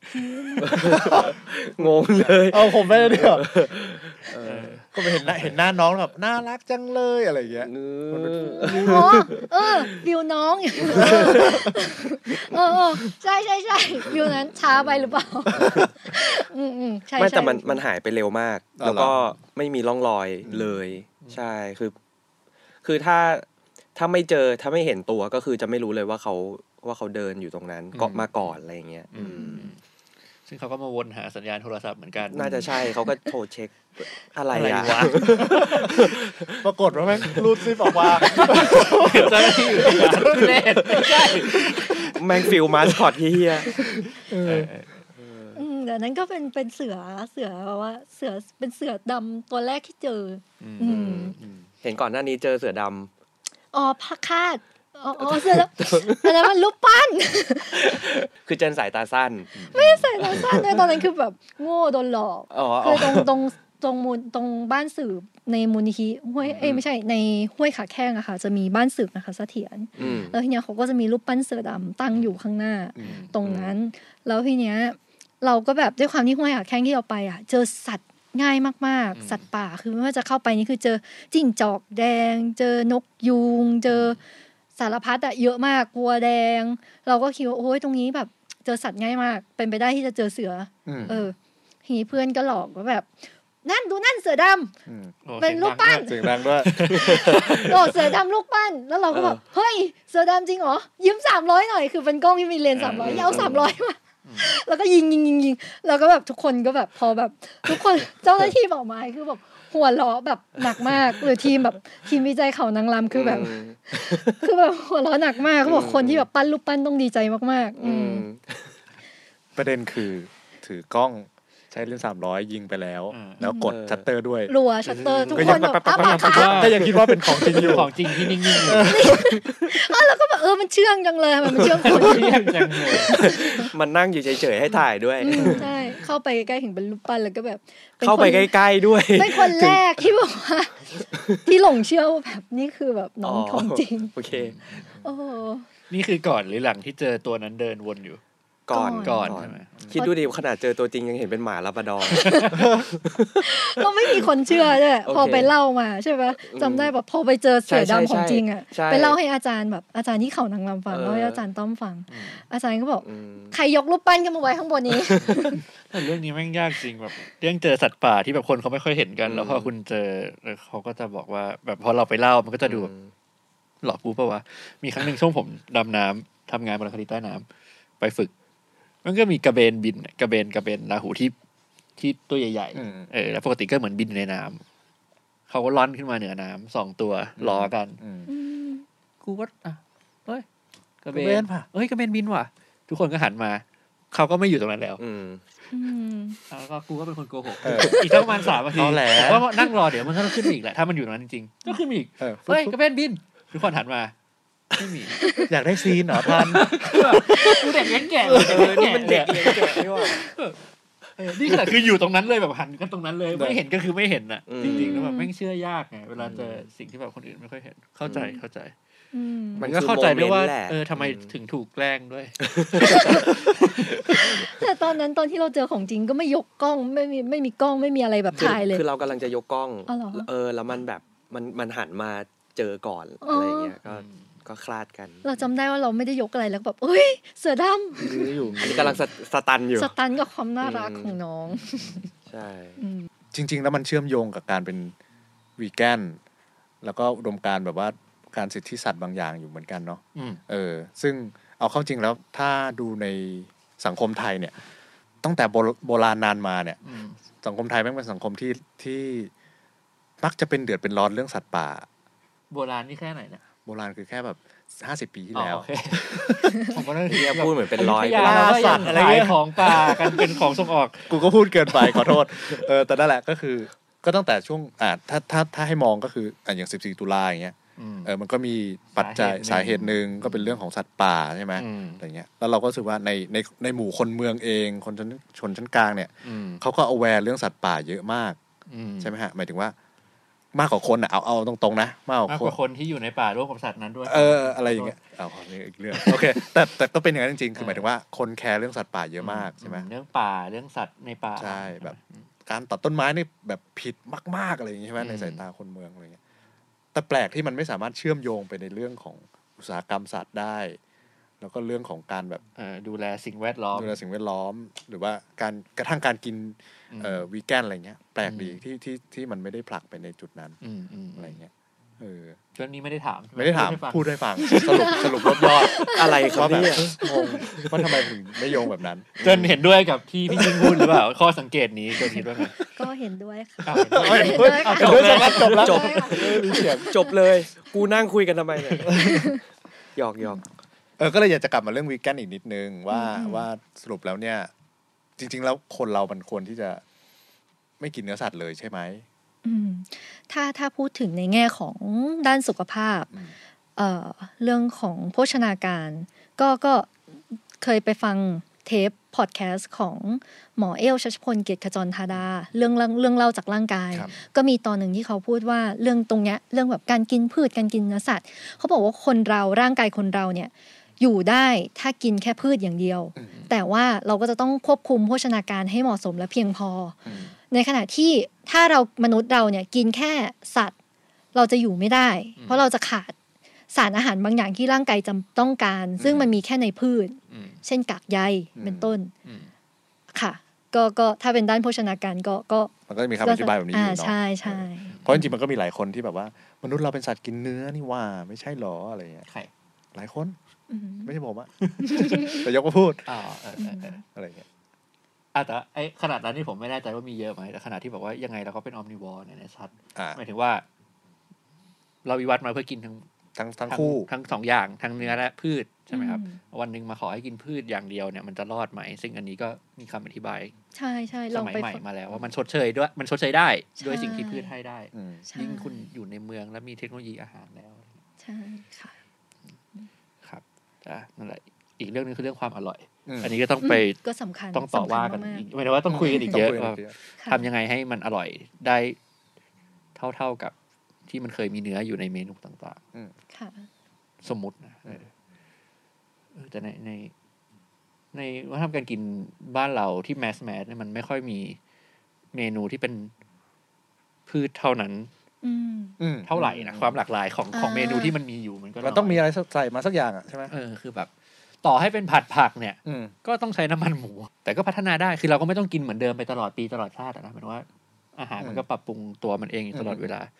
งงเลยเอาผมไม่ได้เดี๋ยวก็ไปเห็นหน้าเห็นหน้าน้องแบบน่ารักจังเลยอะไรอย่างเงี้ยอ๋อเออวิวน้องเออใช่ใช่ใช่วิวนั้นช้าไปหรือเปล่าอืมอืมใช่ไม่แต่มันมันหายไปเร็วมากแล้วก็ไม่มีร่องรอยเลยใช่คือคือถ้าถ้าไม่เจอถ้าไม่เห็นตัวก็คือจะไม่รู้เลยว่าเขาว่าเขาเดินอยู่ตรงนั้นเกาะมาก่อนอะไรอย่างเงี้ยซึ่งเขาก็มาวนหาสัญญาณโทรศัพท์เหมือนกันน่าจะใช่เขาก็โทรเช็คอะไรอะปรากฏว่าแม่งรูดซิปออกมาเจ้าหน้าที่อยู่ที่ร้านเล่นไม่ใช่แม่งฟิลมาสคอตเฮียอืมแต่นั้นก็เป็นเป็นเสือเสือว่าเสือเป็นเสือดำตัวแรกที่เจออืมเห็นก่อนหน้านี้เจอเสือดำอ๋อพระคาดอ๋อเสือแล้วแต่นั้นมันรูปปั้นคือเจนสายตาสั้นไม่สายตาสั้นเลยตอนนั้นคือแบบโง่โดนหลอกคือตรงตรงตรงมูลตรงบ้านสืบในมูลนิธิห้วยเอ้ยไม่ใช่ในห้วยขาแข้งอะค่ะจะมีบ้านสืบนะคะเสถียรแล้วทีเนี้ยเขาก็จะมีรูปปั้นเสือดำตั้งอยู่ข้างหน้าตรงนั้นแล้วทีเนี้ยเราก็แบบด้วยความที่ห้วยขาแข้งที่เราไปอะเจอสัตว์ง่ายมากๆสัตว์ป่าคือไม่ว่าจะเข้าไปนี่คือเจอจิ้งจอกแดงเจอนกยูงเจอสารพัดอะเยอะมากกัวแดงเราก็คิดว่าโอ้ยตรงนี้แบบเจอสัตว์ง่ายมากเป็นไปได้ที่จะเจอเสือเออทีนี้เพื่อนก็หลอกว่าแบบนั่นดูนั่นเสือดำเป็นลูกปั้นเสียงดังด้วยโอ้เสือดำลูกปั้นแล้วเราก็แบบเฮ้ยเสือดำจริงเหรอยืมสามร้อยหน่อยคือเป็นกล้องที่มีเลนส์สามร้อยเอาสามร้อยมาแล้วก็ยิงยิงยิงยิงแล้วก็แบบทุกคนก็แบบพอแบบทุกคนเจ้าหน้าที่บอกมาคือแบบหัวเราะแบบหนักมากหรือทีมแบบทีมวิจัยเขานางรำคือแบบคือแบบหัวเราะหนักมากเขาบอกคนที่แบบปั้นรูปปั้นต้องดีใจมากๆอืมประเด็นคือถือกล้องใช้เลนส์สามร้อยยิงไปแล้วแล้วกดชัตเตอร์ด้วยรัวชัตเตอร์ทุกคนแบบอ้าปากค้างก็ยังคิดว่าเป็นของจริงอยู่ของจริงที่นิ่งๆอยู่อ๋อแล้วก็แบบเออมันเชื่องจังเลยมันเชื่องคนเชื่องจังเลยมันนั่งอยู่เฉยๆให้ถ่ายด้วยใช่เข้าไปใกล้ๆถึงเป็นรูปปั้นแล้วก็แบบเข้าไปใกล้ๆด้วยเป็นคนแรกที่บอกว่าที่หลงเชื่อว่าแบบนี่คือแบบน้องของจริงโอเคโอ้นี่คือก่อนหรือหลังที่เจอตัวนั้นเดินวนอยู่ก่อนก่อนใช่ไหมคิดดูดิขนาดเจอตัวจริงยังเห็นเป็นหมาลาบราดอร์เราไม่มีคนเชื่อใช่พอไปเล่ามาใช่ไหมจำได้แบบพอไปเจอเสือดำของจริงอ่ะไปเล่าให้อาจารย์แบบอาจารย์ที่เขานางรำฟังเล่าให้อาจารย์ต้อมฟังอาจารย์ก็บอกใครยกรูปปั้นกันมาไว้ข้างบนนี้แต่เรื่องนี้แม่งยากจริงแบบเรื่องเจอสัตว์ป่าที่แบบคนเขาไม่ค่อยเห็นกันแล้วพอคุณเจอเขาก็จะบอกว่าแบบพอเราไปเล่ามันก็จะดูหลอกกูป่ะวะมีครั้งหนึ่งช่วงผมดำน้ำทำงานบนคดีใต้น้ำไปฝึกมันก็มีกระเบนบินกระเบนกระเบนราหูที่ที่ตัวใหญ่ๆเออแล้วปกติก็เหมือนบินในน้ำเขาก็ล่อนขึ้นมาเหนือน้ำสองตัวล้อกันกูว่าอ่ะเฮ้ยกระเบนป่ะเฮ้ยกระเบนบินว่ะทุกคนก็หันมาเขาก็ไม่อยู่ตรงนั้นแล้วแล้วก็กูก็เป็นคนโกหกอีกสักประมาณสามนาทีก็นั่งรอเดี๋ยวมันก็ขึ้นอีกแหละถ้ามันอยู่ตรงนั้นจริงๆก็ขึ้นอีกเฮ้ยกระเบนบินทุกคนหันมาไม่มีอยากได้ซีนเหรอทันกูเด็กเลี้ยงแก่นี่มันเด็กเลี้ยงแก่นี่ว่านี่ขนาดคืออยู่ตรงนั้นเลยแบบหันกันตรงนั้นเลยไม่เห็นก็คือไม่เห็นน่ะจริงๆแล้วแบบแม่งเชื่อยากไงเวลาเจอสิ่งที่แบบคนอื่นไม่ค่อยเห็นเข้าใจเข้าใจมันก็เข้าใจด้วยว่าเออทำไมถึงถูกแกล้งด้วยแต่ตอนนั้นตอนที่เราเจอของจริงก็ไม่ยกกล้องไม่มีไม่มีกล้องไม่มีอะไรแบบถ่ายเลยคือเรากำลังจะยกกล้องเออแล้วมันแบบมันมันหันมาเจอก่อนอะไรเงี้ยก็ก็คลาดกันเราจำได้ว่าเราไม่ได้ยกอะไรแล้วแบบเฮ้ยเสือดำอยู่อันนี้กำลังสตันอยู่สตันกับความน่ารักของน้องใช่จริงๆแล้วมันเชื่อมโยงกับการเป็นวีแกนแล้วก็อุดมการณ์แบบว่าการสิทธิสัตว์บางอย่างอยู่เหมือนกันเนาะเออซึ่งเอาเข้าจริงแล้วถ้าดูในสังคมไทยเนี่ยตั้งแต่โบราณนานมาเนี่ยสังคมไทยแม่งเป็นสังคมที่ที่มักจะเป็นเดือดเป็นร้อนเรื่องสัตว์ป่าโบราณนี่แค่ไหนเนี่ยโบราณคือแค่แบบห้าสิบปีที่แล้วผมก็เรียกพูดเหมือนเป็นร้อยล่าสัตว์อะไรเงี้ยของป่ากันเป็นของส่งออกกูก็พูดเกินไปขอโทษเออแต่นั่นแหละก็คือก็ตั้งแต่ช่วงอ่าถ้าถ้าถ้าให้มองก็คืออ่าอย่างสิบสี่ตุลาอย่างเงี้ยเออมันก็มีปัจจัยสาเหตุนึงก็เป็นเรื่องของสัตว์ป่าใช่ไหมอะไรเงี้ยแล้วเราก็รู้สึกว่าในในในหมู่คนเมืองเองคนชนชนชั้นกลางเนี่ยเขาก็awareเรื่องสัตว์ป่าเยอะมากใช่ไหมฮะหมายถึงว่ามากกว่าคนอ่ะเอาเอาตรงๆนะมากกว่าคนที่อยู่ในป่าร่วมกับสัตว์นั้นด้วยเอออะไรอย่างเงี้ยเอานี่อีกเรื่องโอเคแต่แต่ก็เป็นอย่างนั้นจริงๆคือหมายถึงว่าคนแคร์เรื่องสัตว์ป่าเยอะมากใช่ไหมเรื่องป่าเรื่องสัตว์ในป่าใช่แบบการตัดต้นไม้นี่แบบผิดมากๆอะไรอย่างเงี้ยใช่ไหมในสายตาคนเมืองอะไรเงี้ยแต่แปลกที่มันไม่สามารถเชื่อมโยงไปในเรื่องของอุตสาหกรรมสัตว์ได้แล้วก็เรื่องของการแบบดูแลสิ่งแวดล้อมดูแลสิ่งแวดล้อมหรือว่าการกระทั่งการกินเอ่อวีแกนอะไรเงี้ยแปลกดีที่ที่ที่มันไม่ได้ผลักไปในจุดนั้นอะไรเงี้ยเออเรื่องนี้ไม่ได้ถามไม่ได้ถามพูดให้ฟังสรุปสรุปรวบยอดอะไรครับเนี่ยงงว่าทำไมถึงไม่โยงแบบนั้นจนเห็นด้วยกับที่พี่ยิ่งพูดหรือเปล่าข้อสังเกตนี้จนคิดว่าไงก็เห็นด้วยค่ะจบเลยจบแล้วจบจบเลยกูนั่งคุยกันทำไมเนี่ยหยอกหยอกเออก็เลยอยากจะกลับมาเรื่องวีแกนอีกนิดนึงว่าว่าสรุปแล้วเนี่ยจริงๆแล้วคนเรามันควรที่จะไม่กินเนื้อสัตว์เลยใช่ไหมอืมถ้าถ้าพูดถึงในแง่ของด้านสุขภาพเอ่อเรื่องของโภชนาการก็ก็เคยไปฟังเทปพอดแคสต์ของหมอเอลชัชพลเกียรติขจรธาดาเรื่องเรื่องเล่าจากร่างกายก็มีตอนหนึ่งที่เขาพูดว่าเรื่องตรงเนี้ยเรื่องแบบการกินพืชการกินเนื้อสัตว์เขาบอกว่าคนเราร่างกายคนเราเนี่ยอยู่ได้ถ้ากินแค่พืชอย่างเดียวแต่ว่าเราก็จะต้องควบคุมโภชนาการให้เหมาะสมและเพียงพอในขณะที่ถ้าเรามนุษย์เราเนี่ยกินแค่สัตว์เราจะอยู่ไม่ได้เพราะเราจะขาดสารอาหารบางอย่างที่ร่างกายจำต้องการซึ่งมันมีแค่ในพืชเช่นกากใยเป็นต้นค่ะก็ก็ถ้าเป็นด้านโภชนาการก็ก็มันก็จะมีคำอธิบายแบบนี้อยู่เนาะใช่ใช่เพราะจริงๆมันก็มีหลายคนที่แบบว่ามนุษย์เราเป็นสัตว์กินเนื้อนี่ว่าไม่ใช่หรออะไรเงี้ยใครหลายคนไม่ใช่ผมอะ แต่ยกมาพูดอ๋อเออเอออะไรเงี้ยอ่ะแต่ไอ้ขนาดนั้นนี่ผมไม่แน่ใจว่ามีเยอะไหมแต่ขนาดที่บอกว่ายังไงเราก็เป็นออมนิวอร์เนี่ยชัดหมายถึงว่าเราวิวัฒน์มาเพื่อกินทั้งทั้งทั้งคู่ทั้งสองอย่างทั้งเนื้อและพืชใช่ไหมครับวันนึงมาขอให้กินพืชอย่างเดียวเนี่ยมันจะรอดไหมซึ่งอันนี้ก็มีคำอธิบายใช่ใช่สมัยใหม่มาแล้วว่ามันชดเชยด้วยมันชดเชยได้ด้วยสิ่งที่พืชให้ได้ยิ่งคุณอยู่ในเมืองแล้วมีเทคโนโลยีอาหารแล้วใช่ค่ะครับอ่ะนั่นแหละอีกเรื่องนึงคือเรื่องความอร่อยอันนี้ก็ต้องไปก็สำคัญต้องต่อว่ากันหมายถึงว่าต้องคุยกันอีกเยอะว่าทำยังไงให้มันอร่อยได้เท่าๆกับที่มันเคยมีเนื้ออยู่ในเมนูต่างๆสมมุตินะแต่ในในในวัฒนธรรมการกินบ้านเราที่แมสแมสเนี่ยมันไม่ค่อยมีเมนูที่เป็นพืชเท่านั้นเท่าไหร่นะความหลากหลายของของเมนูที่มันมีอยู่มันก็มันต้องมีอะไรใส่มาสักอย่างอ่ะใช่ไหมเออคือแบบต่อให้เป็นผัดผักเนี่ยก็ต้องใช้น้ำมันหมูแต่ก็พัฒนาได้คือเราก็ไม่ต้องกินเหมือนเดิมไปตลอดปีตลอดชาตินะหมายถึงว่าอาหารมันก็ปรับปรุงตัวมันเองอยู่ตลอดเวลา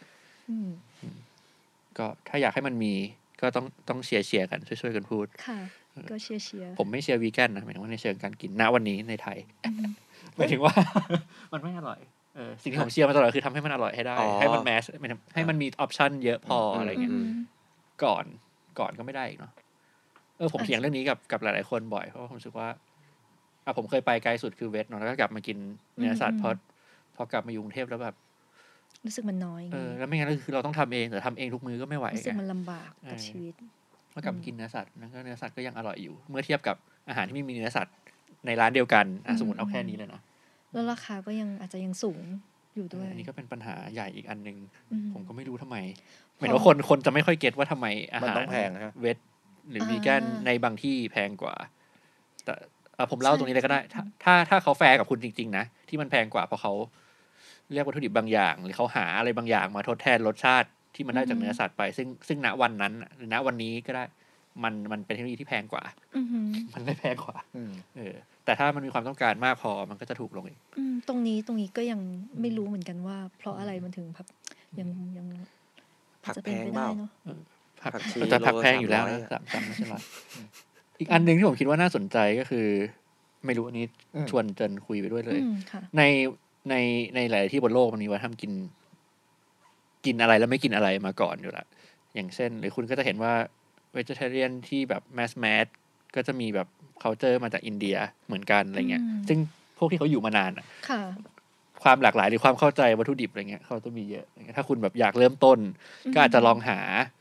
ก็ถ้าอยากให้มันมีก็ต้องต้องเชียร์เชียร์กันช่วยๆกันพูดค่ะก็เชียร์เชียร์ผมไม่เชียร์วีแกนนะหมายถึงว่าในเชิงการกินณวันนี้ในไทยหมายถึงว่ามันไม่อร่อยเออสิ่งที่ผมเชียร์มาตลอดคือทำให้มันอร่อยให้ได้ให้มันแมสให้มันมีออปชั่นเยอะพออะไรเงี้ยก่อนก่อนก็ไม่ได้อีกเนาะเออผมเถียงเรื่องนี้กับกับหลายๆคนบ่อยเพราะผมรู้สึกว่าอ่ะผมเคยไปไกลสุดคือเวสเนาะแล้วก็กลับมากินเนื้อสัตว์พอพอกลับมาอยู่กรุงเทพแล้วแบบรู้สึกมันน้อยเออแล้วไม่งั้นก็คือเราต้องทำเองแต่ทำเองทุกมื้อก็ไม่ไหวรู้สึกมันลำบากกับชีวิตพอกลับมากินเนื้อสัตว์แล้วก็เนื้อสัตว์ก็ยังอร่อยอยู่เมื่อเทียบกับอาหารที่ไม่มีเนื้อสัตว์ในร้านเดียวกันอ่ะสมมติเอาแค่นี้เลยนะแล้วราคาก็ยังอาจจะยังสูงอยู่ด้วยอันนี้ก็เป็นปัญหาใหญ่อีกอันนึงผมก็ไม่รู้ทำไมหมายถึงว่าคนคนจะไม่ค่อยเก็ตว่าทำไมอาหารเวทหรือวีแกนในบางที่แพงกว่าแต่ผมเล่าตรงนี้เลยก็ได้ถ้าถ้าถ้าเขาแฟร์กับคุณจริงๆนะที่มันแพงกว่าเพราะเขาเรียกวัตถุดิบบางอย่างหรือเขาหาอะไรบางอย่างมาทดแทนรสชาติที่มันได้จากเนื้อสัตว์ไปซึ่งซึ่งณวันนั้นหรือณวันนี้ก็ได้มันมันเป็นเทคโนโลยีที่แพงกว่ามันไม่แพงกว่าเออแต่ถ้ามันมีความต้องการมากพอมันก็จะถูกลงเองตรงนี้ตรงนี้ก็ยังไม่รู้เหมือนกันว่าเพราะอะไรมันถึงแบบยังยังผักแพงเปล่าผักแต่ผักแพงอยู่แล้วนะสามจำไม่ใช่หรออีกอันนึงที่ผมคิดว่าน่าสนใจก็คือไม่รู้อันนี้ชวนเจนคุยไปด้วยเลยในในในหลายที่บนโลกมันมีว่าทำกินกินอะไรแล้วไม่กินอะไรมาก่อนอยู่ละอย่างเช่นหรือคุณก็จะเห็นว่าเวจิเทเรียนที่แบบแมสแมสก็จะมีแบบ culture มาจากอินเดียเหมือนกันอะไรเงี้ยซึ่งพวกที่เขาอยู่มานานอ่ะความหลากหลายหรือความเข้าใจวัตถุดิบอะไรเงี้ยเขาจะมีเยอะถ้าคุณแบบอยากเริ่มต้นก็อาจจะลองหา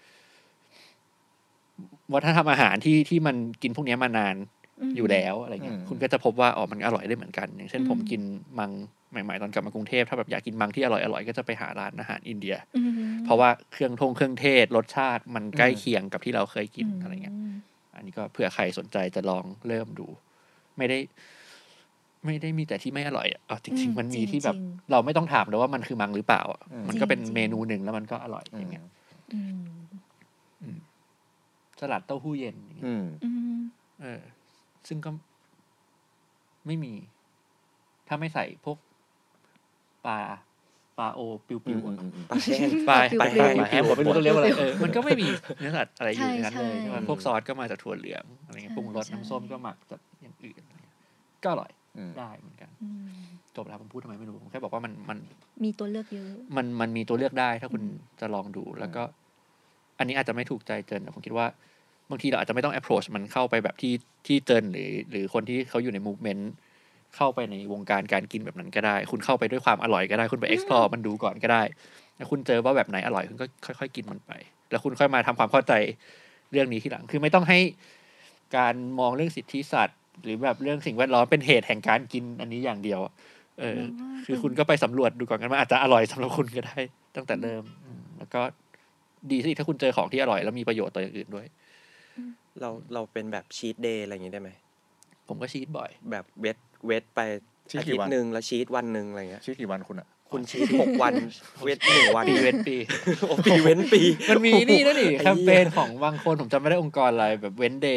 วัฒนธรรมอาหารที่ที่มันกินพวกนี้มานานอยู่แล้วอะไรเงี้ยคุณก็จะพบว่าอ๋อมันอร่อยได้เหมือนกันอย่างเช่นผมกินมังใหม่ๆตอนกลับมากรุงเทพถ้าแบบอยากกินมังที่อร่อยๆก็จะไปหาร้านอาหารอินเดียเพราะว่าเครื่องทงเครื่องเทศรสชาติมันใกล้เคียงกับที่เราเคยกินอะไรเงี้ยอันนี้ก็เผื่อใครสนใจจะลองเริ่มดูไม่ได้ไม่ได้มีแต่ที่ไม่อร่อยอ่ะจริงๆมันมีที่แบบเราไม่ต้องถามเลยว่ามันคือมังหรือเปล่ามันก็เป็นเมนูหนึ่งแล้วมันก็อร่อยอย่างเงี้ยสลัดเต้าหู้เย็นอย่างเงี้ยเออซึ่งก็ไม่มีถ้าไม่ใส่พวกปลาปลาโอปิวๆปลาแห้งปลาปลาแห้งปลาแห้งผมไม่รู้ต้องเรียกว่าอะไรเออมันก็ไม่มีเนื้อสัตว์อะไรอยู่ในนั้นเลยพวกซอสก็มาจากถั่วเหลืองอะไรเงี้ยปรุงรสน้ำส้มก็หมักจากอย่างอื่นก็อร่อยได้เหมือนกันจบแล้วผมพูดทำไมไม่รู้ผมแค่บอกว่ามันมันมีตัวเลือกเยอะมันมันมีตัวเลือกได้ถ้าคุณจะลองดูแล้วก็อันนี้อาจจะไม่ถูกใจเจนแต่ผมคิดว่าบางทีเราอาจจะไม่ต้อง approach มันเข้าไปแบบที่ที่เจนหรือหรือคนที่เขาอยู่ใน movement เข้าไปในวงการการกินแบบนั้นก็ได้คุณเข้าไปด้วยความอร่อยก็ได้คุณไป explore มันดูก่อนก็ได้แล้วคุณเจอว่าแบบไหนอร่อยคุณก็ค่อยๆกินมันไปแล้วคุณค่อยมาทำความเข้าใจเรื่องนี้ทีหลังคือไม่ต้องให้การมองเรื่องสิทธิสัตว์หรือแบบเรื่องสิ่งแวดล้อมเป็นเหตุแห่งการกินอันนี้อย่างเดียวเออคือคุณก็ไปสำรวจดูก่อนกันว่าอาจจะอร่อยสำหรับคุณก็ได้ตั้งแต่เริ่มแล้วก็ดีสิถ้าคุณเจอของที่อร่อยแล้วมีประโยชน์ต่ออย่างอื่นด้วยเราเราเป็นแบบชีทเดย์อะไรอย่างงี้ได้ไหมผมก็ชีทบ่อยแบบเวทเวทไปอาทิตย์นึงแล้วชีทวันนึงอะไรเงี้ยชีทกี่วันคุณอ่ะคุณชีทหกวันเวทหนึ่งวันปีเว้นปีโอ้ปีเว้นปีมันมีนี่นะนี่แคมเปญของบางคนผมจำไม่ได้องค์กรอะไรแบบเว้นเดย์อ่ะ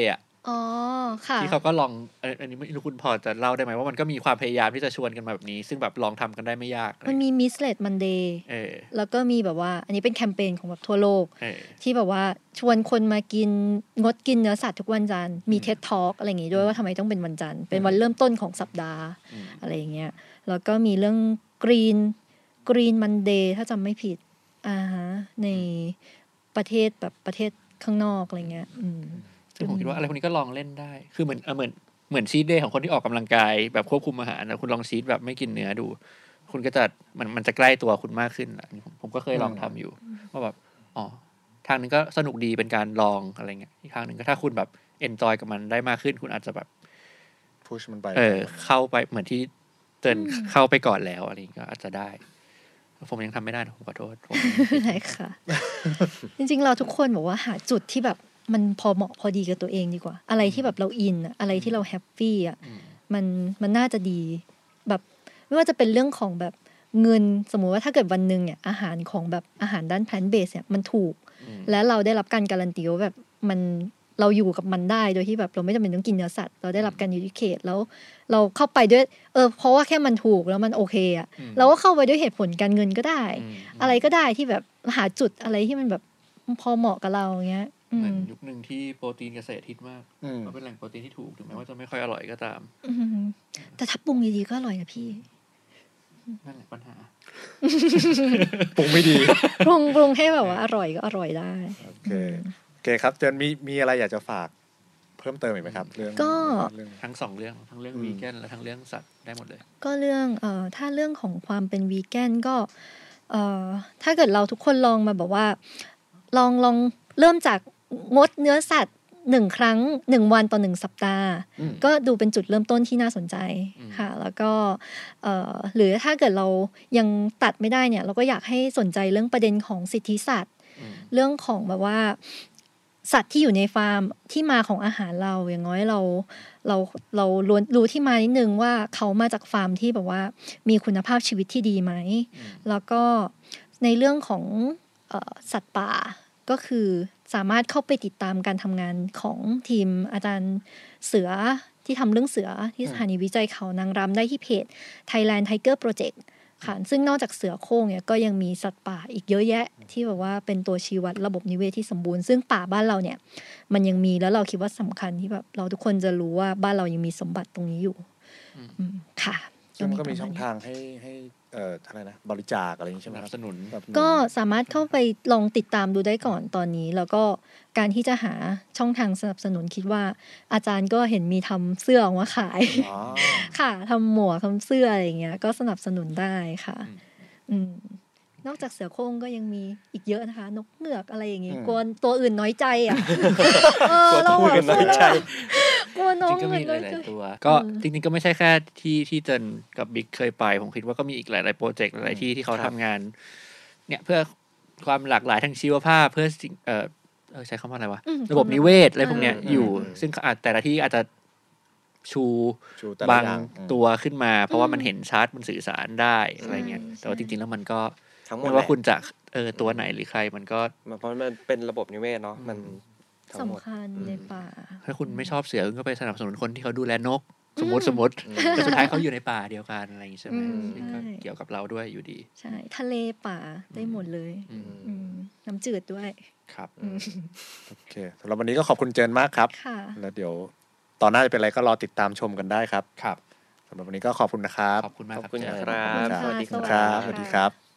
อ๋อค่ะที่เขาก็ลองอันนี้ไม่รู้คุณพอจะเล่าได้ไหมว่ามันก็มีความพยายามที่จะชวนกันมาแบบนี้ซึ่งแบบลองทำกันได้ไม่ยากมันมี Mislet Monday เออแล้วก็มีแบบว่าอันนี้เป็นแคมเปญของแบบทั่วโลกที่แบบว่าชวนคนมากินงดกินเนื้อสัตว์ทุกวันจันทร์มี TED Talk อะไรอย่างงี้ด้วยว่าทำไมต้องเป็นวันจันทร์เป็นวันเริ่มต้นของสัปดาห์อะไรอย่างเงี้ยแล้วก็มีเรื่อง Green Green Monday ถ้าจำไม่ผิดอ่าฮะในประเทศแบบประเทศข้างนอกอะไรเงี้ยอืมซึ่งผมคิดว่าอะไรพวกนี้ก็ลองเล่นได้คือเหมือนเหมือนเหมือนชีทเดย์ของคนที่ออกกำลังกายแบบควบคุมอาหารนะคุณลองชีทแบบไม่กินเนื้อดูคุณก็จะมันมันจะใกล้ตัวคุณมากขึ้นอ่ะผมก็เคยลองทำอยู่ว่าแบบอ๋อทางนึงก็สนุกดีเป็นการลองอะไรเงี้ยอีกทางนึงก็ถ้าคุณแบบเอนจอยกับมันได้มากขึ้นคุณอาจจะแบบพุชมันไปเออเข้าไปเหมือนที่เตือนเข้าไปก่อนแล้วอะไรก็อาจจะได้ผมยังทำไม่ได้นะผมขอโทษผมไม่ได้ค่ะ จริงๆเราทุกคนบอกว่าหาจุดที่แบบมันพอเหมาะพอดีกับตัวเองดีกว่าอะไรที่แบบเราอินอะอะไรที่เราแฮปปี้อะมันมันน่าจะดีแบบไม่ว่าจะเป็นเรื่องของแบบเงินสมมุติว่าถ้าเกิดวันนึงเนี่ยอาหารของแบบอาหารด้าน plant based เนี่ยมันถูกและเราได้รับการการันตีว่าแบบมันเราอยู่กับมันได้โดยที่แบบเราไม่จำเป็นต้องกินเนื้อสัตว์เราได้รับการยูทิเคทแล้วเราเข้าไปด้วยเออเพราะว่าแค่มันถูกแล้วมันโอเคอะเราก็เข้าไปด้วยเหตุผลการเงินก็ได้อะไรก็ได้ที่แบบหาจุดอะไรที่มันแบบพอเหมาะกับเราเงี้ยเหมือนยุคนึงที่โปรตีนเกษตรฮิตมากเพราะเป็นแหล่งโปรตีนที่ถูกถึงแม้ว่าจะไม่ค่อยอร่อยก็ตามแต่ถ้าปรุงดีๆก็อร่อยนะพี่นั่นแหละปัญหาปรุงไม่ดีปรุงปรุงให้แบบว่าอร่อยก็อร่อยได้โอเคโอเคครับเจนมีมีอะไรอยากจะฝากเพิ่มเติมอีกไหมครับเรื่องก็ทั้งสองเรื่องทั้งเรื่องวีแกนและทั้งเรื่องสัตว์ได้หมดเลยก็เรื่องเอ่อถ้าเรื่องของความเป็นวีแกนก็เอ่อถ้าเกิดเราทุกคนลองมาแบบว่าลองลองเริ่มจากงดเนื้อสัตว์หนึ่งครั้งหนึ่งวันต่อหนึ่งสัปดาห์ก็ดูเป็นจุดเริ่มต้นที่น่าสนใจค่ะแล้วก็เอ่อหรือถ้าเกิดเรายังตัดไม่ได้เนี่ยเราก็อยากให้สนใจเรื่องประเด็นของสิทธิสัตว์เรื่องของแบบว่าสัตว์ที่อยู่ในฟาร์มที่มาของอาหารเราอย่างน้อยเราเราเรารู้รู้ที่มานิดนึงว่าเขามาจากฟาร์มที่แบบว่ามีคุณภาพชีวิตที่ดีไหมแล้วก็ในเรื่องของเอ่อสัตว์ป่าก็คือสามารถเข้าไปติดตามการทำงานของทีมอาจารย์เสือที่ทำเรื่องเสือที่สถานีวิจัยเขานางรำได้ที่เพจ Thailand Tiger Project ค่ะซึ่งนอกจากเสือโคร่งเนี่ยก็ยังมีสัตว์ป่าอีกเยอะแยะที่แบบว่าเป็นตัวชี้วัดระบบนิเวศที่สมบูรณ์ซึ่งป่าบ้านเราเนี่ยมันยังมีแล้วเราคิดว่าสำคัญที่แบบเราทุกคนจะรู้ว่าบ้านเรายังมีสมบัติตรงนี้อยู่ค่ะซึ่งก็มีช่องทางให้ให้เอ่ออะไรนะบริจาคอะไรอย่างนี้ใช่ไหมครับสนุนก็สามารถเข้าไปลองติดตามดูได้ก่อนตอนนี้แล้วก็การที่จะหาช่องทางสนับสนุนคิดว่าอาจารย์ก็เห็นมีทำเสื้อออกมาขายค่ะทำหมวกทำเสื้ออะไรอย่างเงี้ยก็สนับสนุนได้ค่ะอืมนอกจากเสือโคร่งก็ยังมีอีกเยอะนะคะนกเงือกอะไรอย่างงี้กลัวตัวอื่นน้อยใจอ่ะเออเราพูดกันน้อยใจกลัวน้องก็มีหลายๆตัวก็จริงๆก็ไม่ใช่แค่ที่ที่เจนกับบิ๊กเคยไปผมคิดว่าก็มีอีกหลายๆโปรเจกต์หลายๆที่ที่เขาทำงานเนี่ยเพื่อความหลากหลายทางชีวภาพเพื่อเอ่อเออใช้คำว่าอะไรวะระบบนิเวศอะไรพวกเนี้ยอยู่ซึ่งอาจแต่ละที่อาจจะชูบางตัวขึ้นมาเพราะว่ามันเห็นชัดมันสื่อสารได้อะไรเงี้ยแต่ว่าจริงๆแล้วมันก็ไม่ว่าคุณจะเออตัวไหนหรือใครมันก็เพราะมันเป็นระบบนิเวศเนาะมันสำคัญในป่าถ้าคุณไม่ชอบเสือคุณก็ไปสนับสนุนคนที่เขาดูแลนกสมมติสมมติแต่สุดท้ายเขาอยู่ในป่าเดียวกันอะไรอย่างนี้ใช่ไหมก็เกี่ยวกับเราด้วยอยู่ดีใช่ทะเลป่าได้หมดเลยน้ำจืดด้วยครับโอเคสำหรับวันนี้ก็ขอบคุณเจนมากครับแล้วเดี๋ยวตอนหน้าจะเป็นอะไรก็รอติดตามชมกันได้ครับครับสำหรับวันนี้ก็ขอบคุณนะครับขอบคุณมากขอบคุณครับสวัสดีครับสวัสดีครับ